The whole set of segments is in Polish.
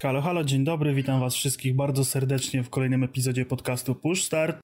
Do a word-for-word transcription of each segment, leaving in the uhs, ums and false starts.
Halo, halo, dzień dobry, witam was wszystkich bardzo serdecznie w kolejnym epizodzie podcastu Push Start.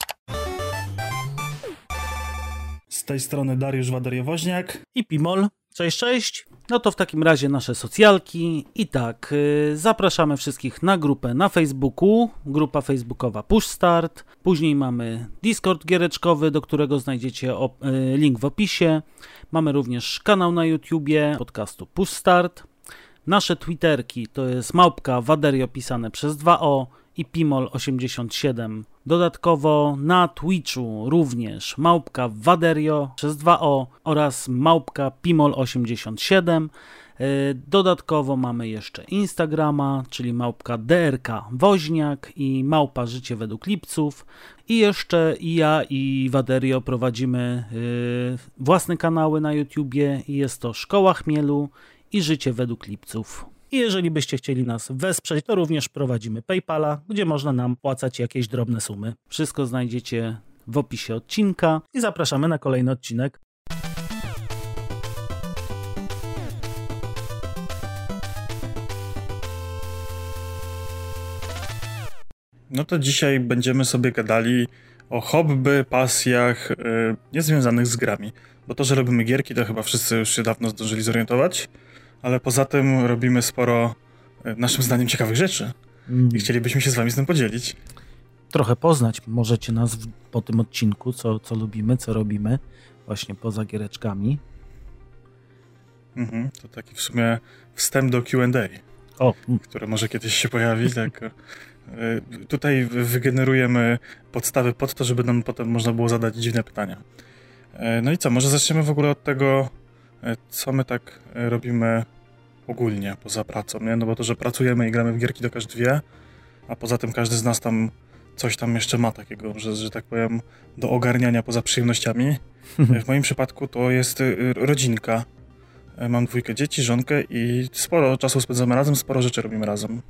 Z tej strony Dariusz Waderiowoźniak i Pimol. Cześć, cześć. No to w takim razie nasze socjalki. I tak, yy, zapraszamy wszystkich na grupę na Facebooku, grupa facebookowa Push Start. Później mamy Discord giereczkowy, do którego znajdziecie op- yy, link w opisie. Mamy również kanał na YouTubie podcastu Push Start. Nasze Twitterki to jest małpka Waderio pisane przez dwa o i Pimol osiemdziesiąt siedem. Dodatkowo na Twitchu również małpka Waderio przez dwa o oraz małpka Pimol osiemdziesiąt siedem. Dodatkowo mamy jeszcze Instagrama, czyli małpka D R K Woźniak i małpa Życie według Lipców. I jeszcze i ja i Waderio prowadzimy yy, własne kanały na YouTubie i jest to Szkoła Chmielu i Życie według Lipców. I jeżeli byście chcieli nas wesprzeć, to również prowadzimy PayPala, gdzie można nam płacać jakieś drobne sumy. Wszystko znajdziecie w opisie odcinka i zapraszamy na kolejny odcinek. No to dzisiaj będziemy sobie gadali o hobby, pasjach yy, niezwiązanych z grami. Bo to, że robimy gierki, to chyba wszyscy już się dawno zdążyli zorientować. Ale poza tym robimy sporo, naszym zdaniem, ciekawych rzeczy mm. i chcielibyśmy się z wami z tym podzielić. Trochę poznać możecie nas w, po tym odcinku, co, co lubimy, co robimy, właśnie poza giereczkami. Mhm, to taki w sumie wstęp do Q and A, o. które może kiedyś się pojawi. Tak. Tutaj wygenerujemy podstawy pod to, żeby nam potem można było zadać dziwne pytania. No i co, może zaczniemy w ogóle od tego, co my tak robimy ogólnie poza pracą, nie? No bo to, że pracujemy i gramy w gierki, to każdy wie, a poza tym każdy z nas tam coś tam jeszcze ma takiego, że, że tak powiem, do ogarniania poza przyjemnościami. W moim przypadku to jest rodzinka. Mam dwójkę dzieci, żonkę i sporo czasu spędzamy razem, sporo rzeczy robimy razem.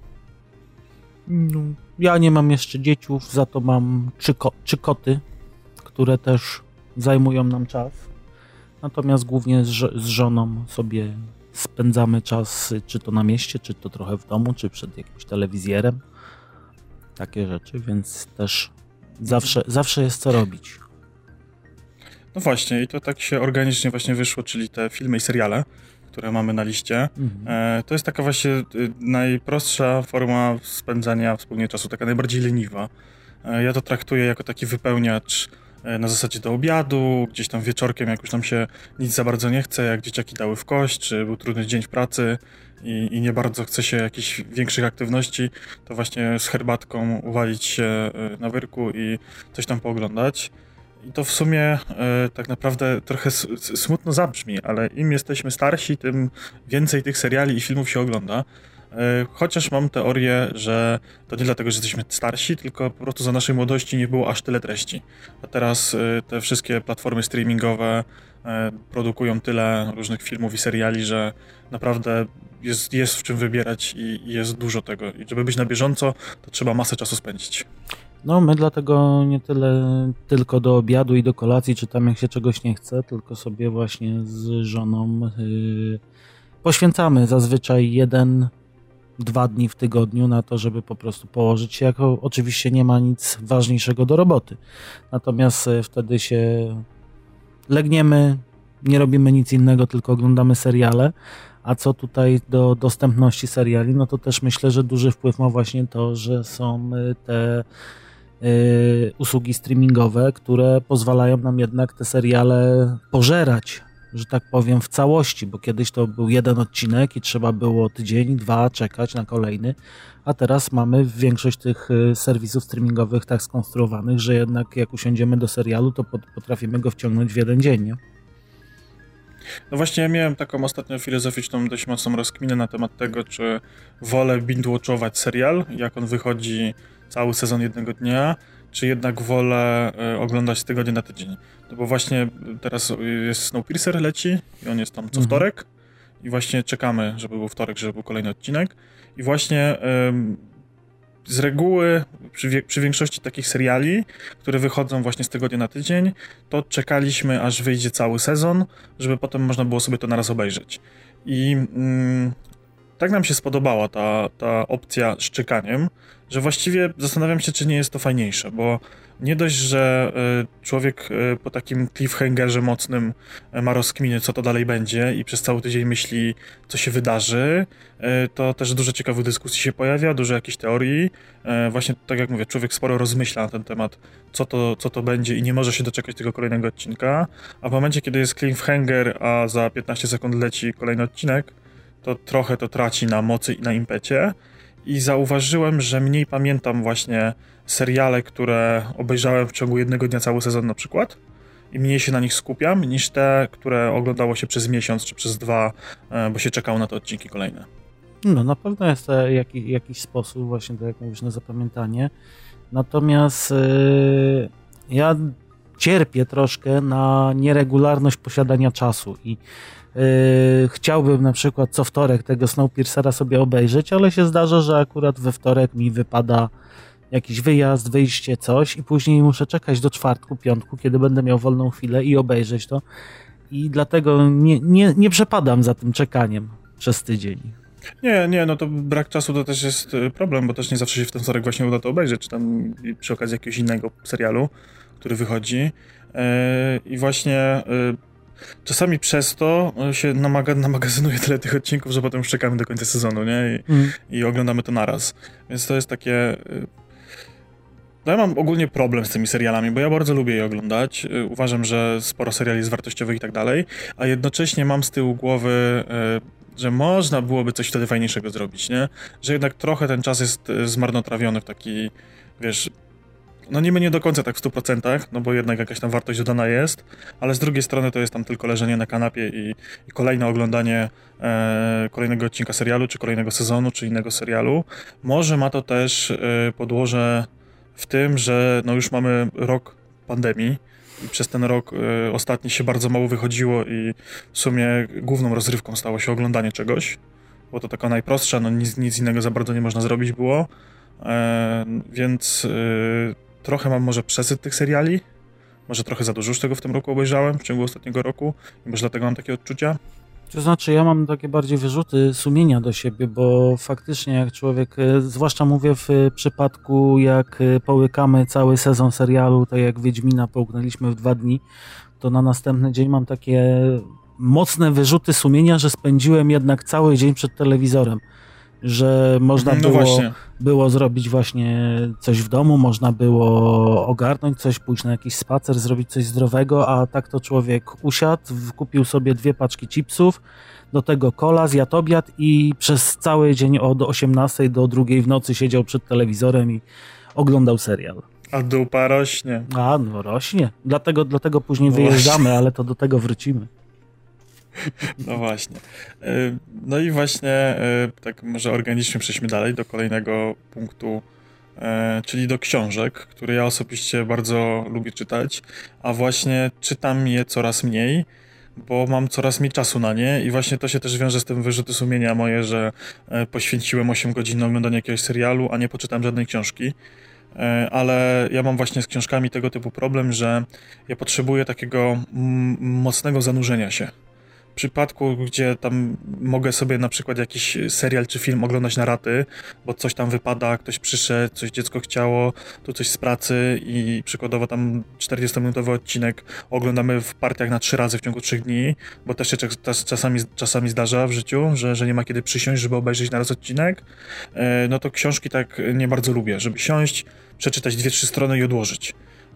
No, ja nie mam jeszcze dzieciów, za to mam trzy, ko- trzy koty, które też zajmują nam czas. Natomiast głównie z, z żoną sobie spędzamy czas, czy to na mieście, czy to trochę w domu, czy przed jakimś telewizjerem. Takie rzeczy, więc też zawsze, zawsze jest co robić. No właśnie, i to tak się organicznie właśnie wyszło, czyli te filmy i seriale, które mamy na liście. Mhm. E, to jest taka właśnie najprostsza forma spędzania wspólnie czasu, taka najbardziej leniwa. E, ja to traktuję jako taki wypełniacz na zasadzie do obiadu, gdzieś tam wieczorkiem, jak już nam się nic za bardzo nie chce, jak dzieciaki dały w kość, czy był trudny dzień w pracy i, i nie bardzo chce się jakichś większych aktywności, to właśnie z herbatką uwalić się na wyrku i coś tam pooglądać. I to w sumie e, tak naprawdę trochę s- smutno zabrzmi, ale im jesteśmy starsi, tym więcej tych seriali i filmów się ogląda. Chociaż mam teorię, że to nie dlatego, że jesteśmy starsi, tylko po prostu za naszej młodości nie było aż tyle treści. A teraz te wszystkie platformy streamingowe produkują tyle różnych filmów i seriali, że naprawdę jest, jest w czym wybierać i, i jest dużo tego. I żeby być na bieżąco, to trzeba masę czasu spędzić. No my dlatego nie tyle tylko do obiadu i do kolacji, czy tam jak się czegoś nie chce, tylko sobie właśnie z żoną yy, poświęcamy zazwyczaj jeden dwa dni w tygodniu na to, żeby po prostu położyć się, jako oczywiście nie ma nic ważniejszego do roboty. Natomiast wtedy się legniemy, nie robimy nic innego, tylko oglądamy seriale. A co tutaj do dostępności seriali, no to też myślę, że duży wpływ ma właśnie to, że są te y, usługi streamingowe, które pozwalają nam jednak te seriale pożerać, że tak powiem, w całości, bo kiedyś to był jeden odcinek i trzeba było tydzień, dwa czekać na kolejny, a teraz mamy większość tych serwisów streamingowych tak skonstruowanych, że jednak jak usiądziemy do serialu, to potrafimy go wciągnąć w jeden dzień, nie? No właśnie ja miałem taką ostatnio filozoficzną dość mocną rozkminę na temat tego, czy wolę binge-watchować serial, jak on wychodzi cały sezon jednego dnia, czy jednak wolę y, oglądać z tygodnia na tydzień. No bo właśnie teraz jest Snowpiercer leci i on jest tam co mhm. wtorek i właśnie czekamy, żeby był wtorek, żeby był kolejny odcinek i właśnie y, z reguły przy, wie, przy większości takich seriali, które wychodzą właśnie z tygodnia na tydzień, to czekaliśmy, aż wyjdzie cały sezon, żeby potem można było sobie to naraz obejrzeć. I mm, tak nam się spodobała ta, ta opcja z czekaniem, że właściwie zastanawiam się, czy nie jest to fajniejsze, bo nie dość, że człowiek po takim cliffhangerze mocnym ma rozkminy, co to dalej będzie i przez cały tydzień myśli, co się wydarzy, to też dużo ciekawych dyskusji się pojawia, dużo jakichś teorii. Właśnie tak jak mówię, człowiek sporo rozmyśla na ten temat, co to, co to będzie i nie może się doczekać tego kolejnego odcinka, a w momencie, kiedy jest cliffhanger, a za piętnaście sekund leci kolejny odcinek, to trochę to traci na mocy i na impecie. I zauważyłem, że mniej pamiętam właśnie seriale, które obejrzałem w ciągu jednego dnia cały sezon na przykład i mniej się na nich skupiam, niż te, które oglądało się przez miesiąc czy przez dwa, bo się czekało na te odcinki kolejne. No na pewno jest to jakiś, jakiś sposób właśnie, tak jak mówisz, na zapamiętanie. Natomiast yy, ja cierpię troszkę na nieregularność posiadania czasu i Yy, chciałbym na przykład co wtorek tego Snowpiercera sobie obejrzeć, ale się zdarza, że akurat we wtorek mi wypada jakiś wyjazd, wyjście, coś i później muszę czekać do czwartku, piątku, kiedy będę miał wolną chwilę i obejrzeć to i dlatego nie, nie, nie przepadam za tym czekaniem przez tydzień. Nie, nie, no to brak czasu to też jest problem, bo też nie zawsze się w ten wtorek właśnie uda to obejrzeć, czy tam przy okazji jakiegoś innego serialu, który wychodzi yy, i właśnie yy, czasami przez to się namaga, namagazynuje tyle tych odcinków, że potem już czekamy do końca sezonu, nie? I, mm. i oglądamy to naraz. Więc to jest takie... No ja mam ogólnie problem z tymi serialami, bo ja bardzo lubię je oglądać. Uważam, że sporo seriali jest wartościowych i tak dalej, a jednocześnie mam z tyłu głowy, że można byłoby coś wtedy fajniejszego zrobić, nie? Że jednak trochę ten czas jest zmarnotrawiony w taki, wiesz... No niby nie do końca tak w stu procentach, no bo jednak jakaś tam wartość dodana jest, ale z drugiej strony to jest tam tylko leżenie na kanapie i, i kolejne oglądanie e, kolejnego odcinka serialu, czy kolejnego sezonu, czy innego serialu. Może ma to też e, podłoże w tym, że no już mamy rok pandemii i przez ten rok e, ostatni się bardzo mało wychodziło i w sumie główną rozrywką stało się oglądanie czegoś, bo to taka najprostsza, no nic, nic innego za bardzo nie można zrobić było, e, więc... E, Trochę mam może przesyt tych seriali, może trochę za dużo już tego w tym roku obejrzałem, w ciągu ostatniego roku i może dlatego mam takie odczucia. To znaczy ja mam takie bardziej wyrzuty sumienia do siebie, bo faktycznie jak człowiek, zwłaszcza mówię w przypadku jak połykamy cały sezon serialu, tak jak Wiedźmina połknęliśmy w dwa dni, to na następny dzień mam takie mocne wyrzuty sumienia, że spędziłem jednak cały dzień przed telewizorem. Że można no było, było zrobić właśnie coś w domu, można było ogarnąć coś, pójść na jakiś spacer, zrobić coś zdrowego, a tak to człowiek usiadł, kupił sobie dwie paczki chipsów, do tego cola, zjadł obiad i przez cały dzień od osiemnastej do drugiej w nocy siedział przed telewizorem i oglądał serial. A dupa rośnie. A, no rośnie. Dlatego, dlatego później no wyjeżdżamy, właśnie. Ale to do tego wrócimy. No właśnie. No i właśnie tak może organicznie przejdźmy dalej do kolejnego punktu, czyli do książek, które ja osobiście bardzo lubię czytać, a właśnie czytam je coraz mniej, bo mam coraz mniej czasu na nie i właśnie to się też wiąże z tym wyrzuty sumienia moje, że poświęciłem osiem godzin na oglądanie jakiegoś serialu, a nie poczytałem żadnej książki. Ale ja mam właśnie z książkami tego typu problem, że ja potrzebuję takiego m- mocnego zanurzenia się. W przypadku, gdzie tam mogę sobie na przykład jakiś serial czy film oglądać na raty, bo coś tam wypada, ktoś przyszedł, coś dziecko chciało, tu coś z pracy i przykładowo tam czterdziestominutowy odcinek oglądamy w partiach na trzy razy w ciągu trzech dni, bo też się czasami, czasami zdarza w życiu, że, że nie ma kiedy przysiąść, żeby obejrzeć na raz odcinek, no to książki tak nie bardzo lubię, żeby siąść, przeczytać dwie, trzy strony i odłożyć.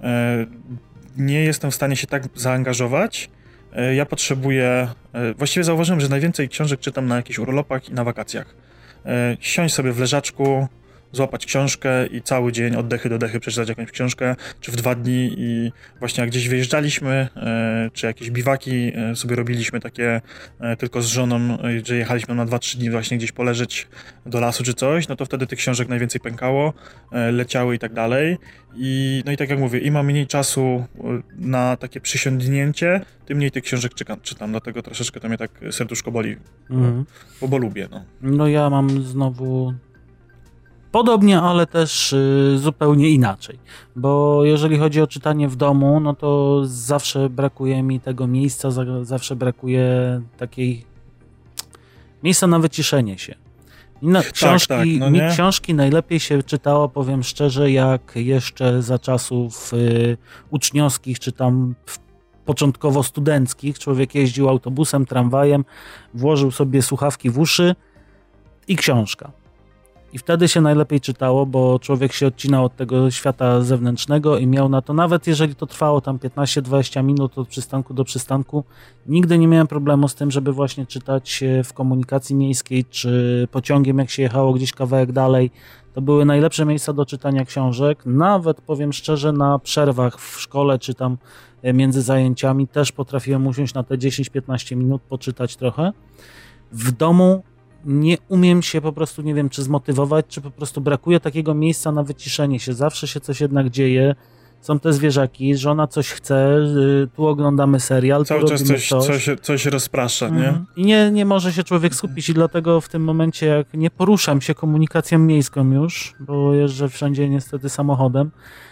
Nie jestem w stanie się tak zaangażować. Ja potrzebuję, właściwie zauważyłem, że najwięcej książek czytam na jakichś urlopach i na wakacjach. Siąść sobie w leżaczku, złapać książkę i cały dzień od dechy do dechy przeczytać jakąś książkę, czy w dwa dni i właśnie jak gdzieś wyjeżdżaliśmy, czy jakieś biwaki sobie robiliśmy takie tylko z żoną, że jechaliśmy na dwa trzy dni właśnie gdzieś poleżeć do lasu czy coś, no to wtedy tych książek najwięcej pękało, leciały i tak dalej. I, no i tak jak mówię, im mam mniej czasu na takie przysiądnięcie, tym mniej tych książek czytam, czytam. Dlatego troszeczkę to mnie tak serduszko boli, mhm. bo, bo lubię. No. no ja mam znowu podobnie, ale też y, zupełnie inaczej, bo jeżeli chodzi o czytanie w domu, no to zawsze brakuje mi tego miejsca, za, zawsze brakuje takiej miejsca na wyciszenie się. No, książki, tak, tak, no mi nie? książki najlepiej się czytało, powiem szczerze, jak jeszcze za czasów y, uczniowskich, czy tam w, początkowo studenckich. Człowiek jeździł autobusem, tramwajem, włożył sobie słuchawki w uszy i książka. I wtedy się najlepiej czytało, bo człowiek się odcinał od tego świata zewnętrznego i miał na to, nawet jeżeli to trwało tam piętnaście dwadzieścia minut od przystanku do przystanku, nigdy nie miałem problemu z tym, żeby właśnie czytać w komunikacji miejskiej, czy pociągiem, jak się jechało gdzieś kawałek dalej. To były najlepsze miejsca do czytania książek. Nawet, powiem szczerze, na przerwach w szkole, czy tam między zajęciami też potrafiłem usiąść na te dziesięć piętnaście minut, poczytać trochę. W domu nie umiem się po prostu, nie wiem, czy zmotywować, czy po prostu brakuje takiego miejsca na wyciszenie się. Zawsze się coś jednak dzieje. Są te zwierzaki, żona coś chce, tu oglądamy serial, Cały tu czas robimy coś, coś. coś, coś rozprasza, nie? Mhm. I nie, nie może się człowiek skupić i dlatego w tym momencie, jak nie poruszam się komunikacją miejską już, bo jeżdżę wszędzie niestety samochodem,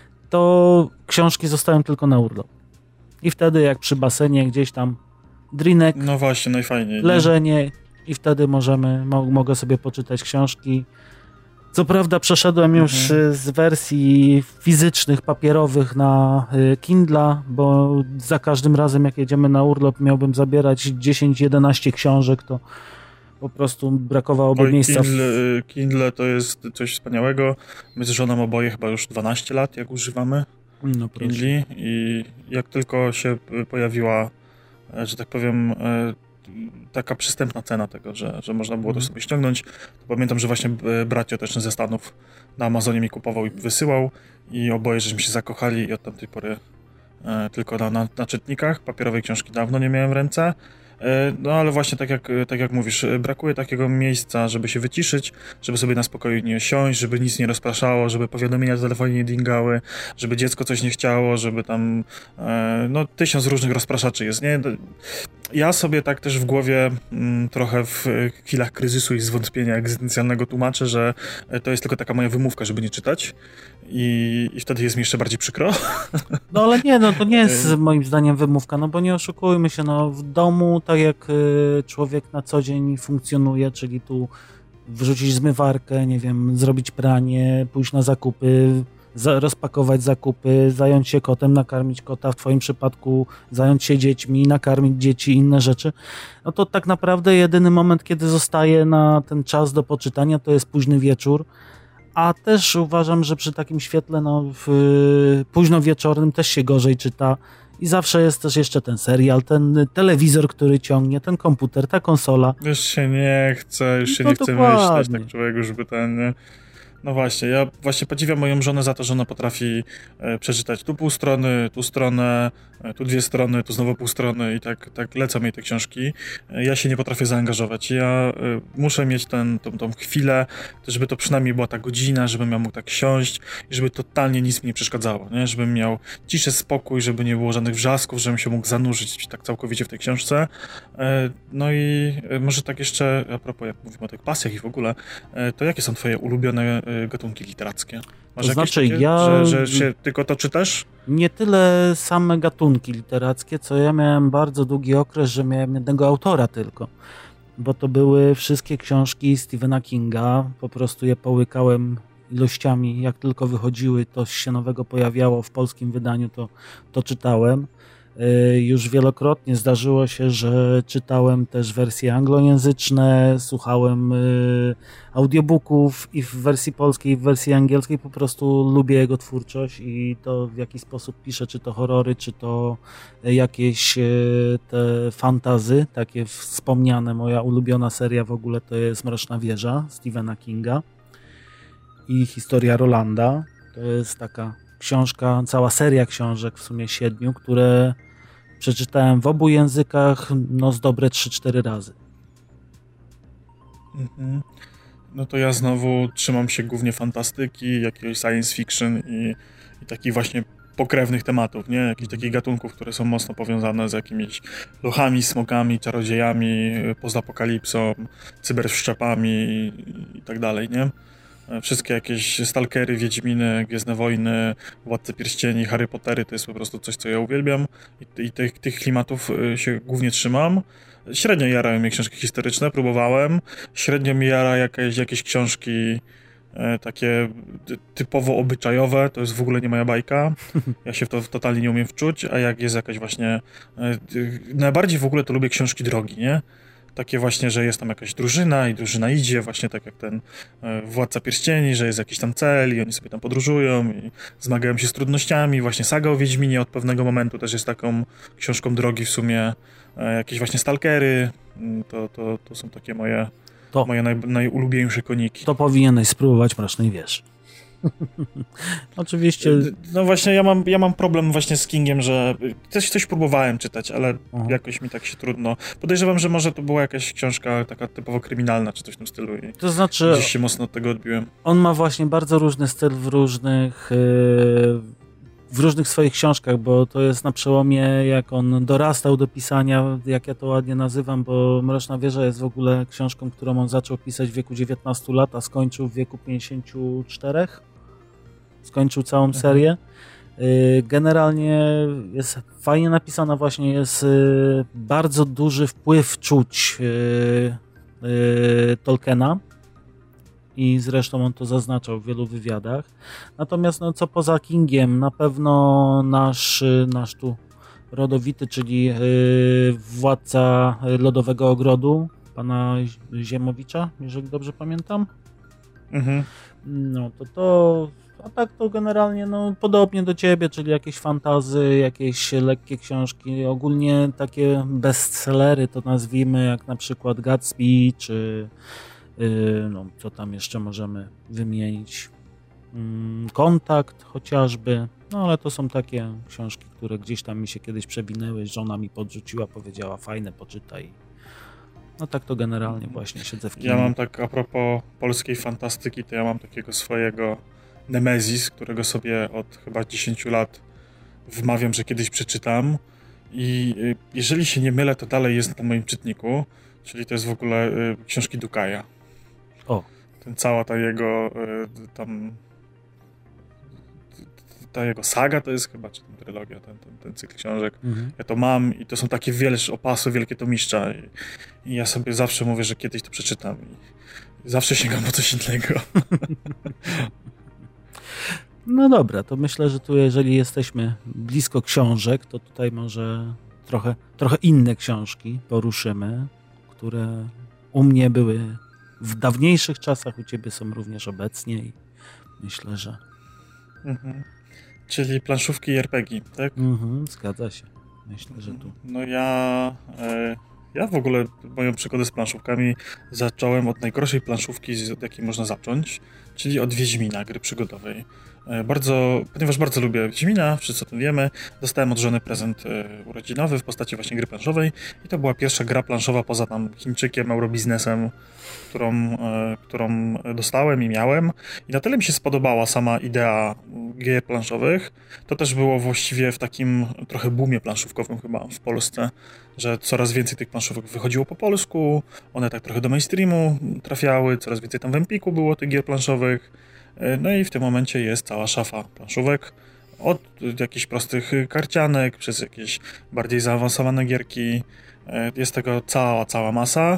to książki zostają tylko na urlop. I wtedy jak przy basenie gdzieś tam drinek, No właśnie, najfajniej. leżenie, nie? I wtedy możemy, mo- mogę sobie poczytać książki. Co prawda przeszedłem już mhm. z wersji fizycznych, papierowych na y, Kindla, bo za każdym razem jak jedziemy na urlop miałbym zabierać dziesięć jedenaście książek, to po prostu brakowałoby Oj, miejsca. Kindle, w... Kindle to jest coś wspaniałego. My z żoną oboje chyba już dwanaście lat jak używamy no, Kindle i jak tylko się pojawiła, że tak powiem, taka przystępna cena tego, że, że można było to sobie ściągnąć. To pamiętam, że właśnie bracio też ze Stanów na Amazonie mi kupował i wysyłał i oboje żeśmy się zakochali i od tamtej pory e, tylko na, na, na czytnikach. Papierowej książki dawno nie miałem w ręce. E, no ale właśnie tak jak, tak jak mówisz, brakuje takiego miejsca, żeby się wyciszyć, żeby sobie na spokojnie siąść, żeby nic nie rozpraszało, żeby powiadomienia w telefonie nie dingały, żeby dziecko coś nie chciało, żeby tam e, no tysiąc różnych rozpraszaczy jest, nie? Ja sobie tak też w głowie m, trochę w chwilach kryzysu i zwątpienia egzystencjalnego tłumaczę, że to jest tylko taka moja wymówka, żeby nie czytać i, i wtedy jest mi jeszcze bardziej przykro. No ale nie, no to nie jest moim zdaniem wymówka, no bo nie oszukujmy się, no w domu tak jak y, człowiek na co dzień funkcjonuje, czyli tu wrzucić zmywarkę, nie wiem, zrobić pranie, pójść na zakupy, za, rozpakować zakupy, zająć się kotem, nakarmić kota, w twoim przypadku zająć się dziećmi, nakarmić dzieci, inne rzeczy, no to tak naprawdę jedyny moment, kiedy zostaje na ten czas do poczytania, to jest późny wieczór, a też uważam, że przy takim świetle no, w, późno wieczornym też się gorzej czyta i zawsze jest też jeszcze ten serial, ten telewizor, który ciągnie, ten komputer, ta konsola. Już się nie chce, już się no nie chce dokładnie. myśleć, tak człowieku, żeby ten... Nie... No właśnie, ja właśnie podziwiam moją żonę za to, że ona potrafi e, przeczytać tu pół strony, tu stronę, e, tu dwie strony, tu znowu pół strony i tak, tak lecą jej te książki. E, ja się nie potrafię zaangażować. Ja e, muszę mieć ten, tą, tą chwilę, żeby to przynajmniej była ta godzina, żebym ja mógł tak siąść i żeby totalnie nic mi nie przeszkadzało, nie? Żebym miał ciszę, spokój, żeby nie było żadnych wrzasków, żebym się mógł zanurzyć tak całkowicie w tej książce. E, no i e, może tak jeszcze, a propos, jak mówimy o tych pasjach i w ogóle, e, to jakie są twoje ulubione gatunki literackie? Masz to znaczy takie, ja... Że, że się tylko to czytasz? Nie tyle same gatunki literackie, co ja miałem bardzo długi okres, że miałem jednego autora tylko. Bo to były wszystkie książki Stephena Kinga. Po prostu je połykałem ilościami. Jak tylko wychodziły, to się nowego pojawiało w polskim wydaniu, to, to czytałem. Już wielokrotnie zdarzyło się, że czytałem też wersje anglojęzyczne, słuchałem audiobooków i w wersji polskiej, i w wersji angielskiej. Po prostu lubię jego twórczość i to, w jaki sposób pisze, czy to horrory, czy to jakieś te fantazy, takie wspomniane. Moja ulubiona seria w ogóle to jest Mroczna Wieża Stephena Kinga i Historia Rolanda. To jest taka książka, cała seria książek, w sumie siedmiu, które przeczytałem w obu językach no z dobre trzy cztery razy. Mhm. No to ja znowu trzymam się głównie fantastyki, jakiegoś science fiction i, i takich właśnie pokrewnych tematów, nie? Jakichś takich gatunków, które są mocno powiązane z jakimiś lochami, smokami, czarodziejami, postapokalipsą, cyberszczepami i, i tak dalej, nie? Wszystkie jakieś Stalkery, Wiedźminy, Gwiezdne Wojny, Władcy Pierścieni, Harry Pottery to jest po prostu coś, co ja uwielbiam i, i tych, tych klimatów się głównie trzymam. Średnio jarają mnie książki historyczne, próbowałem. Średnio mi jara jakieś, jakieś książki e, takie typowo obyczajowe, to jest w ogóle nie moja bajka. Ja się w to totalnie nie umiem wczuć, a jak jest jakaś właśnie... E, najbardziej w ogóle to lubię książki drogi, nie? Takie właśnie, że jest tam jakaś drużyna i drużyna idzie, właśnie tak jak ten e, Władca Pierścieni, że jest jakiś tam cel i oni sobie tam podróżują i zmagają się z trudnościami. Właśnie saga o Wiedźminie od pewnego momentu też jest taką książką drogi w sumie. E, jakieś właśnie stalkery, to, to, to są takie moje, to, moje naj, najulubieńsze koniki. To powinieneś spróbować Mrocznej Wieży. Oczywiście. No właśnie, ja mam, ja mam problem właśnie z Kingiem, że coś, coś próbowałem czytać, ale Aha. jakoś mi tak się trudno. Podejrzewam, że może to była jakaś książka taka typowo kryminalna, czy coś w tym stylu. I to znaczy, gdzieś się mocno od tego odbiłem. On ma właśnie bardzo różny styl w różnych yy, w różnych swoich książkach, bo to jest na przełomie, jak on dorastał do pisania, jak ja to ładnie nazywam, bo Mroczna Wieża jest w ogóle książką, którą on zaczął pisać w wieku dziewiętnastu lat, a skończył w wieku pięćdziesięciu czterech. Skończył całą serię. Generalnie jest fajnie napisana, właśnie jest bardzo duży wpływ czuć Tolkiena i zresztą on to zaznaczał w wielu wywiadach. Natomiast no, co poza Kingiem, na pewno nasz, nasz tu rodowity, czyli władca Lodowego Ogrodu, pana Ziemowicza, jeżeli dobrze pamiętam. Mhm. No to to A tak to generalnie no, podobnie do ciebie, czyli jakieś fantazy, jakieś lekkie książki, ogólnie takie bestsellery to nazwijmy, jak na przykład Gatsby, czy yy, no, co tam jeszcze możemy wymienić, yy, Kontakt chociażby, no ale to są takie książki, które gdzieś tam mi się kiedyś przewinęły, żona mi podrzuciła, powiedziała fajne, poczytaj. No tak to generalnie właśnie siedzę w kinie. Ja mam tak a propos polskiej fantastyki, to ja mam takiego swojego Nemezis, którego sobie od chyba dziesięciu lat wmawiam, że kiedyś przeczytam i jeżeli się nie mylę, to dalej jest na moim czytniku, czyli to jest w ogóle y, książki Dukaja. O. Ten cała ta jego y, tam ta jego saga to jest chyba, czy ten trylogia, ten, ten, ten cykl książek. Mhm. Ja to mam i to są takie wielkie opasy, wielkie tomiszcza i, i ja sobie zawsze mówię, że kiedyś to przeczytam i zawsze sięgam po coś innego. No dobra, to myślę, że tu jeżeli jesteśmy blisko książek, to tutaj może trochę, trochę inne książki poruszymy, które u mnie były w dawniejszych czasach, u ciebie są również obecnie i myślę, że... Mhm. Czyli planszówki i er pe gie, tak? Mhm, zgadza się. Myślę, że tu... No ja... E, ja w ogóle moją przygodę z planszówkami zacząłem od najgorszej planszówki, od jakiej można zacząć, czyli od Wiedźmina, gry przygodowej. Bardzo, ponieważ bardzo lubię Wiedźmina, wszyscy o tym wiemy, dostałem od żony prezent e, urodzinowy w postaci właśnie gry planszowej i to była pierwsza gra planszowa poza tam Chińczykiem, Eurobiznesem, którą, e, którą dostałem i miałem. I na tyle mi się spodobała sama idea gier planszowych, to też było właściwie w takim trochę boomie planszówkowym chyba w Polsce, że coraz więcej tych planszówek wychodziło po polsku, one tak trochę do mainstreamu trafiały, coraz więcej tam w Empiku było tych gier planszowych. No i w tym momencie jest cała szafa planszówek, od jakichś prostych karcianek, przez jakieś bardziej zaawansowane gierki, jest tego cała, cała masa.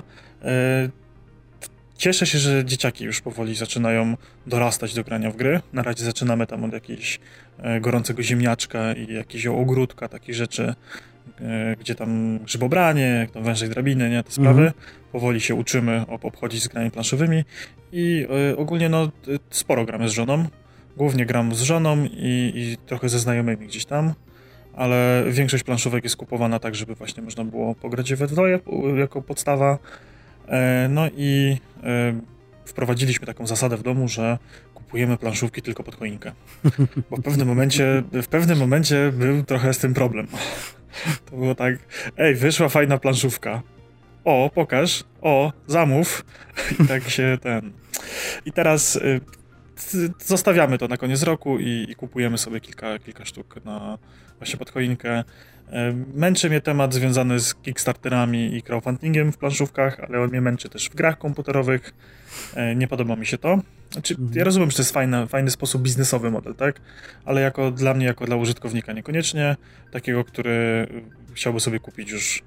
Cieszę się, że dzieciaki już powoli zaczynają dorastać do grania w gry. Na razie zaczynamy tam od jakiegoś gorącego ziemniaczka i jakiegoś ogródka, takich rzeczy, gdzie tam grzybobranie, tam węże i drabiny, nie, te sprawy. Mhm. Powoli się uczymy obchodzić z grami planszowymi i y, ogólnie no sporo gramy z żoną. Głównie gram z żoną i, i trochę ze znajomymi gdzieś tam, ale większość planszówek jest kupowana tak, żeby właśnie można było pograć we dwoje jako podstawa. E, no i e, wprowadziliśmy taką zasadę w domu, że kupujemy planszówki tylko pod choinkę. Bo w pewnym momencie, w pewnym momencie był trochę z tym problem. To było tak, ej, wyszła fajna planszówka. O, pokaż. O, zamów. I tak się ten... I teraz y, zostawiamy to na koniec roku i, i kupujemy sobie kilka, kilka sztuk na właśnie pod choinkę. Y, męczy mnie temat związany z Kickstarterami i crowdfundingiem w planszówkach, ale on mnie męczy też w grach komputerowych. Y, nie podoba mi się to. Znaczy, mhm. Ja rozumiem, że to jest fajny, fajny sposób biznesowy model, tak? Ale jako dla mnie, jako dla użytkownika niekoniecznie. Takiego, który chciałby sobie kupić już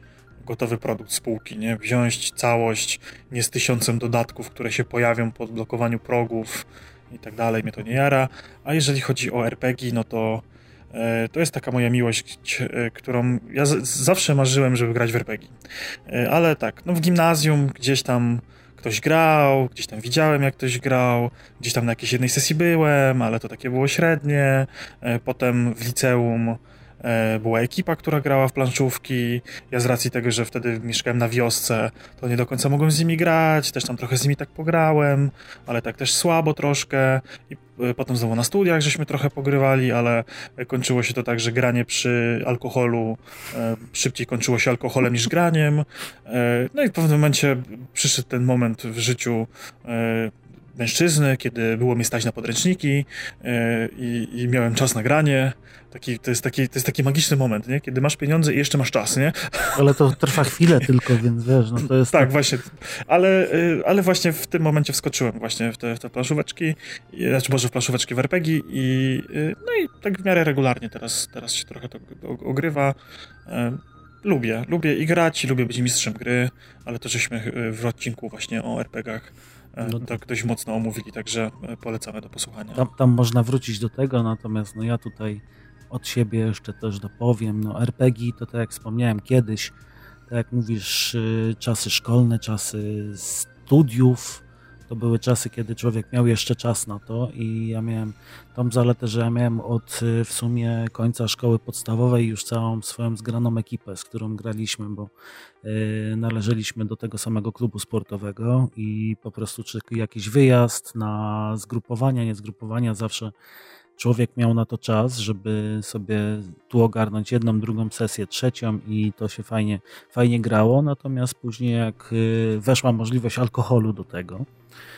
gotowy produkt z półki, nie? Wziąć całość, nie z tysiącem dodatków, które się pojawią po odblokowaniu progów i tak dalej, mnie to nie jara. A jeżeli chodzi o er pe gie, no to e, to jest taka moja miłość, e, którą ja z, zawsze marzyłem, żeby grać w er pe gie. E, ale tak, no w gimnazjum gdzieś tam ktoś grał, gdzieś tam widziałem, jak ktoś grał, gdzieś tam na jakiejś jednej sesji byłem, ale to takie było średnie. E, potem w liceum e, była ekipa, która grała w planszówki. Ja z racji tego, że wtedy mieszkałem na wiosce, to nie do końca mogłem z nimi grać, też tam trochę z nimi tak pograłem, ale tak też słabo troszkę. I e, potem znowu na studiach żeśmy trochę pogrywali, ale kończyło się to tak, że granie przy alkoholu e, szybciej kończyło się alkoholem niż graniem. E, no i w pewnym momencie przyszedł ten moment w życiu e, mężczyzny, kiedy było mnie stać na podręczniki yy, i, i miałem czas na granie. Taki, to, jest taki, to jest taki magiczny moment, nie? Kiedy masz pieniądze i jeszcze masz czas, nie? Ale to trwa chwilę tylko, więc wiesz, no to jest... Tak, tak... właśnie, ale, yy, ale właśnie w tym momencie wskoczyłem właśnie w te, w te planszóweczki, i, znaczy może w planszóweczki w er pe gie i yy, no i tak w miarę regularnie teraz, teraz się trochę to ogrywa. Yy, lubię, lubię i grać, i lubię być mistrzem gry, ale to żeśmy w odcinku właśnie o er pe gach no to... tak dość mocno omówili, także polecamy do posłuchania. Tam, tam można wrócić do tego, natomiast no ja tutaj od siebie jeszcze też dopowiem, no er pe gie to tak jak wspomniałem kiedyś, tak jak mówisz, czasy szkolne, czasy studiów, to były czasy, kiedy człowiek miał jeszcze czas na to i ja miałem tą zaletę, że ja miałem od w sumie końca szkoły podstawowej już całą swoją zgraną ekipę, z którą graliśmy, bo y, należeliśmy do tego samego klubu sportowego i po prostu czy jakiś wyjazd na zgrupowania, nie zgrupowania, zawsze człowiek miał na to czas, żeby sobie tu ogarnąć jedną, drugą sesję, trzecią i to się fajnie, fajnie grało, natomiast później jak y, weszła możliwość alkoholu do tego,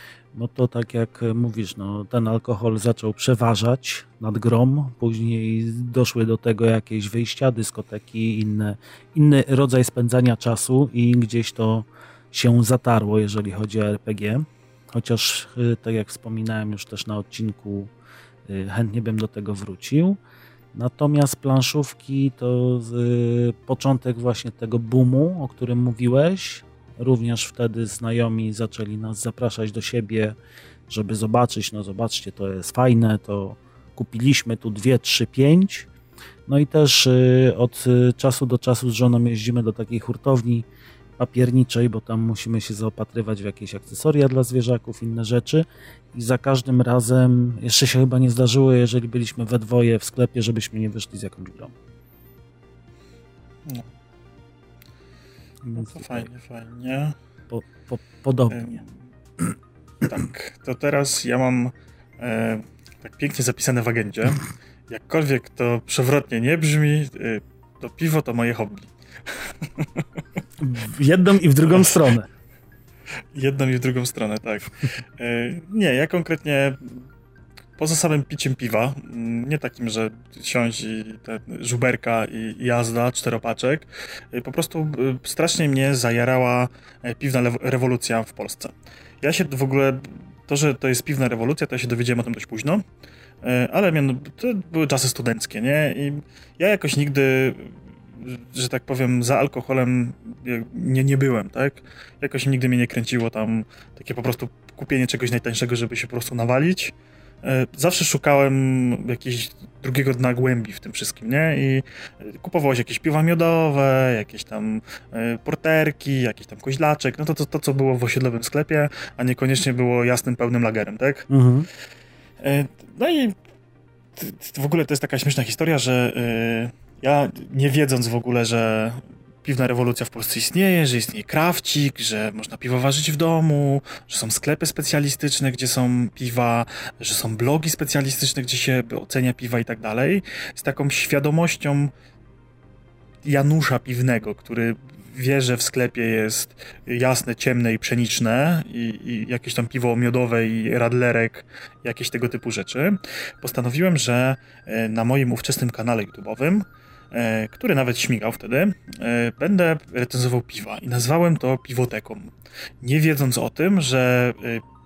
no to tak jak mówisz, no ten alkohol zaczął przeważać nad grą, później doszły do tego jakieś wyjścia, dyskoteki, inne, inny rodzaj spędzania czasu i gdzieś to się zatarło, jeżeli chodzi o er pe gie, chociaż tak jak wspominałem już też na odcinku, chętnie bym do tego wrócił. Natomiast planszówki to z, początek właśnie tego boomu, o którym mówiłeś. Również wtedy znajomi zaczęli nas zapraszać do siebie, żeby zobaczyć, no zobaczcie, to jest fajne, to kupiliśmy tu dwie, trzy, pięć. No i też y, od czasu do czasu z żoną jeździmy do takiej hurtowni papierniczej, bo tam musimy się zaopatrywać w jakieś akcesoria dla zwierzaków, inne rzeczy i za każdym razem, jeszcze się chyba nie zdarzyło, jeżeli byliśmy we dwoje w sklepie, żebyśmy nie wyszli z jakąś grą. No. No to fajnie, fajnie. Po, po, podobnie. E, tak, to teraz ja mam e, tak pięknie zapisane w agendzie. Jakkolwiek to przewrotnie nie brzmi, e, to piwo to moje hobby. W jedną i w drugą stronę. Jedną i w drugą stronę, tak. E, nie, ja konkretnie poza samym piciem piwa, nie takim, że siąść i te żuberka i jazda, czteropaczek, po prostu strasznie mnie zajarała piwna rewolucja w Polsce. Ja się w ogóle, to, że to jest piwna rewolucja, to ja się dowiedziałem o tym dość późno, ale to były czasy studenckie, nie? I ja jakoś nigdy, że tak powiem, za alkoholem nie, nie byłem, tak? Jakoś nigdy mnie nie kręciło tam takie po prostu kupienie czegoś najtańszego, żeby się po prostu nawalić. Zawsze szukałem jakiegoś drugiego dna głębi w tym wszystkim, nie? I kupowało się jakieś piwa miodowe, jakieś tam porterki, jakiś tam koźlaczek, no to, to, to co było w osiedlowym sklepie, a niekoniecznie było jasnym, pełnym lagerem, tak? Mhm. No i w ogóle to jest taka śmieszna historia, że ja nie wiedząc w ogóle, że piwna rewolucja w Polsce istnieje, że istnieje krawcik, że można piwo ważyć w domu, że są sklepy specjalistyczne, gdzie są piwa, że są blogi specjalistyczne, gdzie się ocenia piwa i tak dalej. Z taką świadomością Janusza Piwnego, który wie, że w sklepie jest jasne, ciemne i pszeniczne i, i jakieś tam piwo miodowe i radlerek, jakieś tego typu rzeczy. Postanowiłem, że na moim ówczesnym kanale YouTube'owym, który nawet śmigał wtedy, będę recenzował piwa i nazwałem to piwoteką. Nie wiedząc o tym, że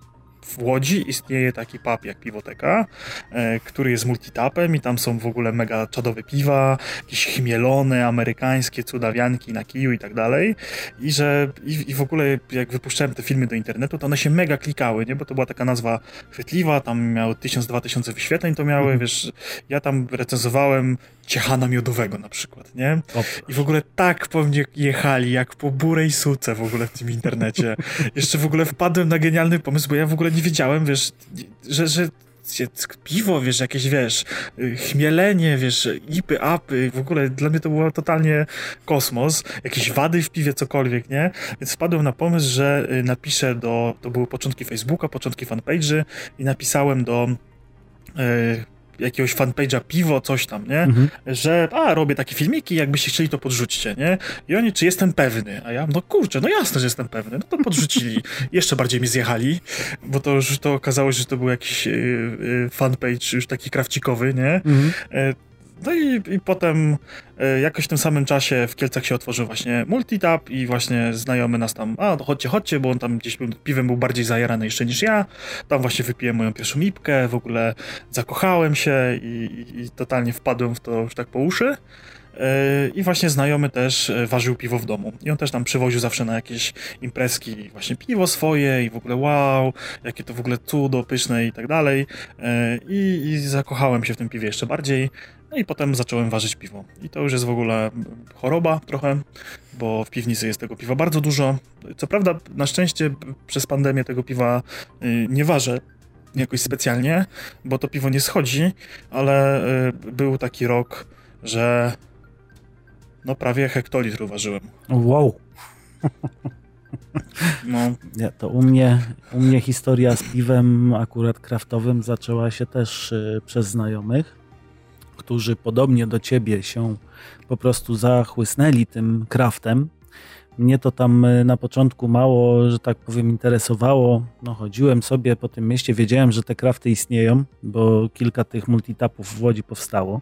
w Łodzi istnieje taki pub jak Piwoteka, e, który jest multitapem i tam są w ogóle mega czadowe piwa, jakieś chmielone, amerykańskie cudawianki na kiju i tak dalej. I że i, i w ogóle jak wypuszczałem te filmy do internetu, to one się mega klikały, nie? Bo to była taka nazwa chwytliwa, tam miało tysiąc, dwa tysiące wyświetleń to miały, mm. wiesz, ja tam recenzowałem ciechana miodowego na przykład, nie? O. I w ogóle tak po mnie jechali, jak po burej suce w ogóle w tym internecie. Jeszcze w ogóle wpadłem na genialny pomysł, bo ja w ogóle nie wiedziałem, wiesz, że, że piwo, wiesz, jakieś, wiesz, chmielenie, wiesz, ipy, apy, w ogóle dla mnie to było totalnie kosmos, jakieś wady w piwie, cokolwiek, nie? Więc wpadłem na pomysł, że napiszę do, to były początki Facebooka, początki fanpage'y i napisałem do yy, jakiegoś fanpage'a piwo, coś tam, nie? Mhm. Że, a, robię takie filmiki, jakbyście chcieli, to podrzućcie, nie? I oni, czy jestem pewny? A ja, no kurczę, no jasne, że jestem pewny. No to podrzucili. Jeszcze bardziej mi zjechali, bo to już to okazało się, że to był jakiś yy, yy, fanpage już taki krawcikowy, nie? Mhm. Yy, No i, i potem e, jakoś w tym samym czasie w Kielcach się otworzył właśnie multitap i właśnie znajomy nas tam, a to chodźcie, chodźcie, bo on tam gdzieś był, piwem był bardziej zajarany jeszcze niż ja. Tam właśnie wypiłem moją pierwszą mipkę, w ogóle zakochałem się i, i, i totalnie wpadłem w to już tak po uszy. I właśnie znajomy też ważył piwo w domu. I on też tam przywoził zawsze na jakieś imprezki właśnie piwo swoje i w ogóle wow, jakie to w ogóle cudo, pyszne i tak dalej. I, i zakochałem się w tym piwie jeszcze bardziej. No i potem zacząłem ważyć piwo. I to już jest w ogóle choroba trochę, bo w piwnicy jest tego piwa bardzo dużo. Co prawda, na szczęście przez pandemię tego piwa nie ważę jakoś specjalnie, bo to piwo nie schodzi, ale był taki rok, że no prawie hektolitr uważyłem. Wow. No. Nie, to u mnie, u mnie historia z piwem akurat kraftowym zaczęła się też y, przez znajomych, którzy podobnie do ciebie się po prostu zachłysnęli tym kraftem. Mnie to tam na początku mało, że tak powiem, interesowało. No, chodziłem sobie po tym mieście, wiedziałem, że te krafty istnieją, bo kilka tych multitapów w Łodzi powstało.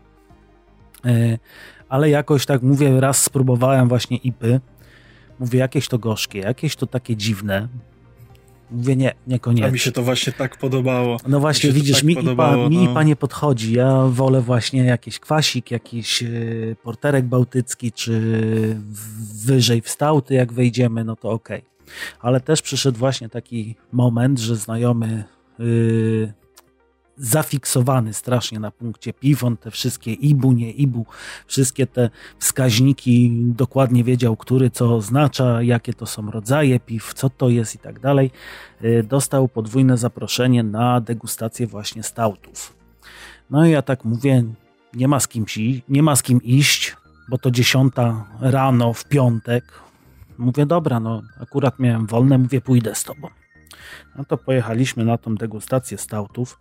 Ale jakoś tak mówię, raz spróbowałem właśnie ipy. Mówię, jakieś to gorzkie, jakieś to takie dziwne. Mówię, nie, niekoniecznie. A mi się to właśnie tak podobało. No właśnie, mi widzisz, tak mi, podobało, ipa, no. mi ipa nie podchodzi. Ja wolę właśnie jakiś kwasik, jakiś yy, porterek bałtycki, czy wyżej w stałty, jak wejdziemy, no to okej. Okay. Ale też przyszedł właśnie taki moment, że znajomy yy, zafiksowany strasznie na punkcie piw, on te wszystkie ibu, nie ibu, wszystkie te wskaźniki dokładnie wiedział, który co oznacza, jakie to są rodzaje piw, co to jest i tak dalej. Dostał podwójne zaproszenie na degustację właśnie stautów. No i ja tak mówię, nie ma z kim, nie ma z kim iść, bo to dziesiąta rano w piątek. Mówię, dobra, no akurat miałem wolne, mówię, pójdę z tobą. No to pojechaliśmy na tą degustację stautów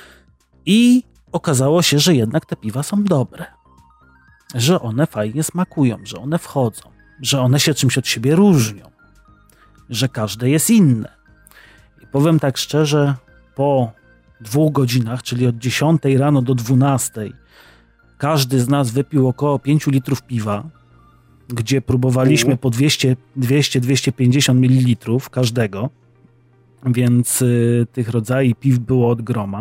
i okazało się, że jednak te piwa są dobre. Że one fajnie smakują, że one wchodzą, że one się czymś od siebie różnią, że każde jest inne. I powiem tak szczerze, po dwóch godzinach, czyli od dziesiątej rano do dwunastej, każdy z nas wypił około pięciu litrów piwa, gdzie próbowaliśmy po dwieście do dwustu pięćdziesięciu mililitrów każdego, więc y, tych rodzajów piw było od groma.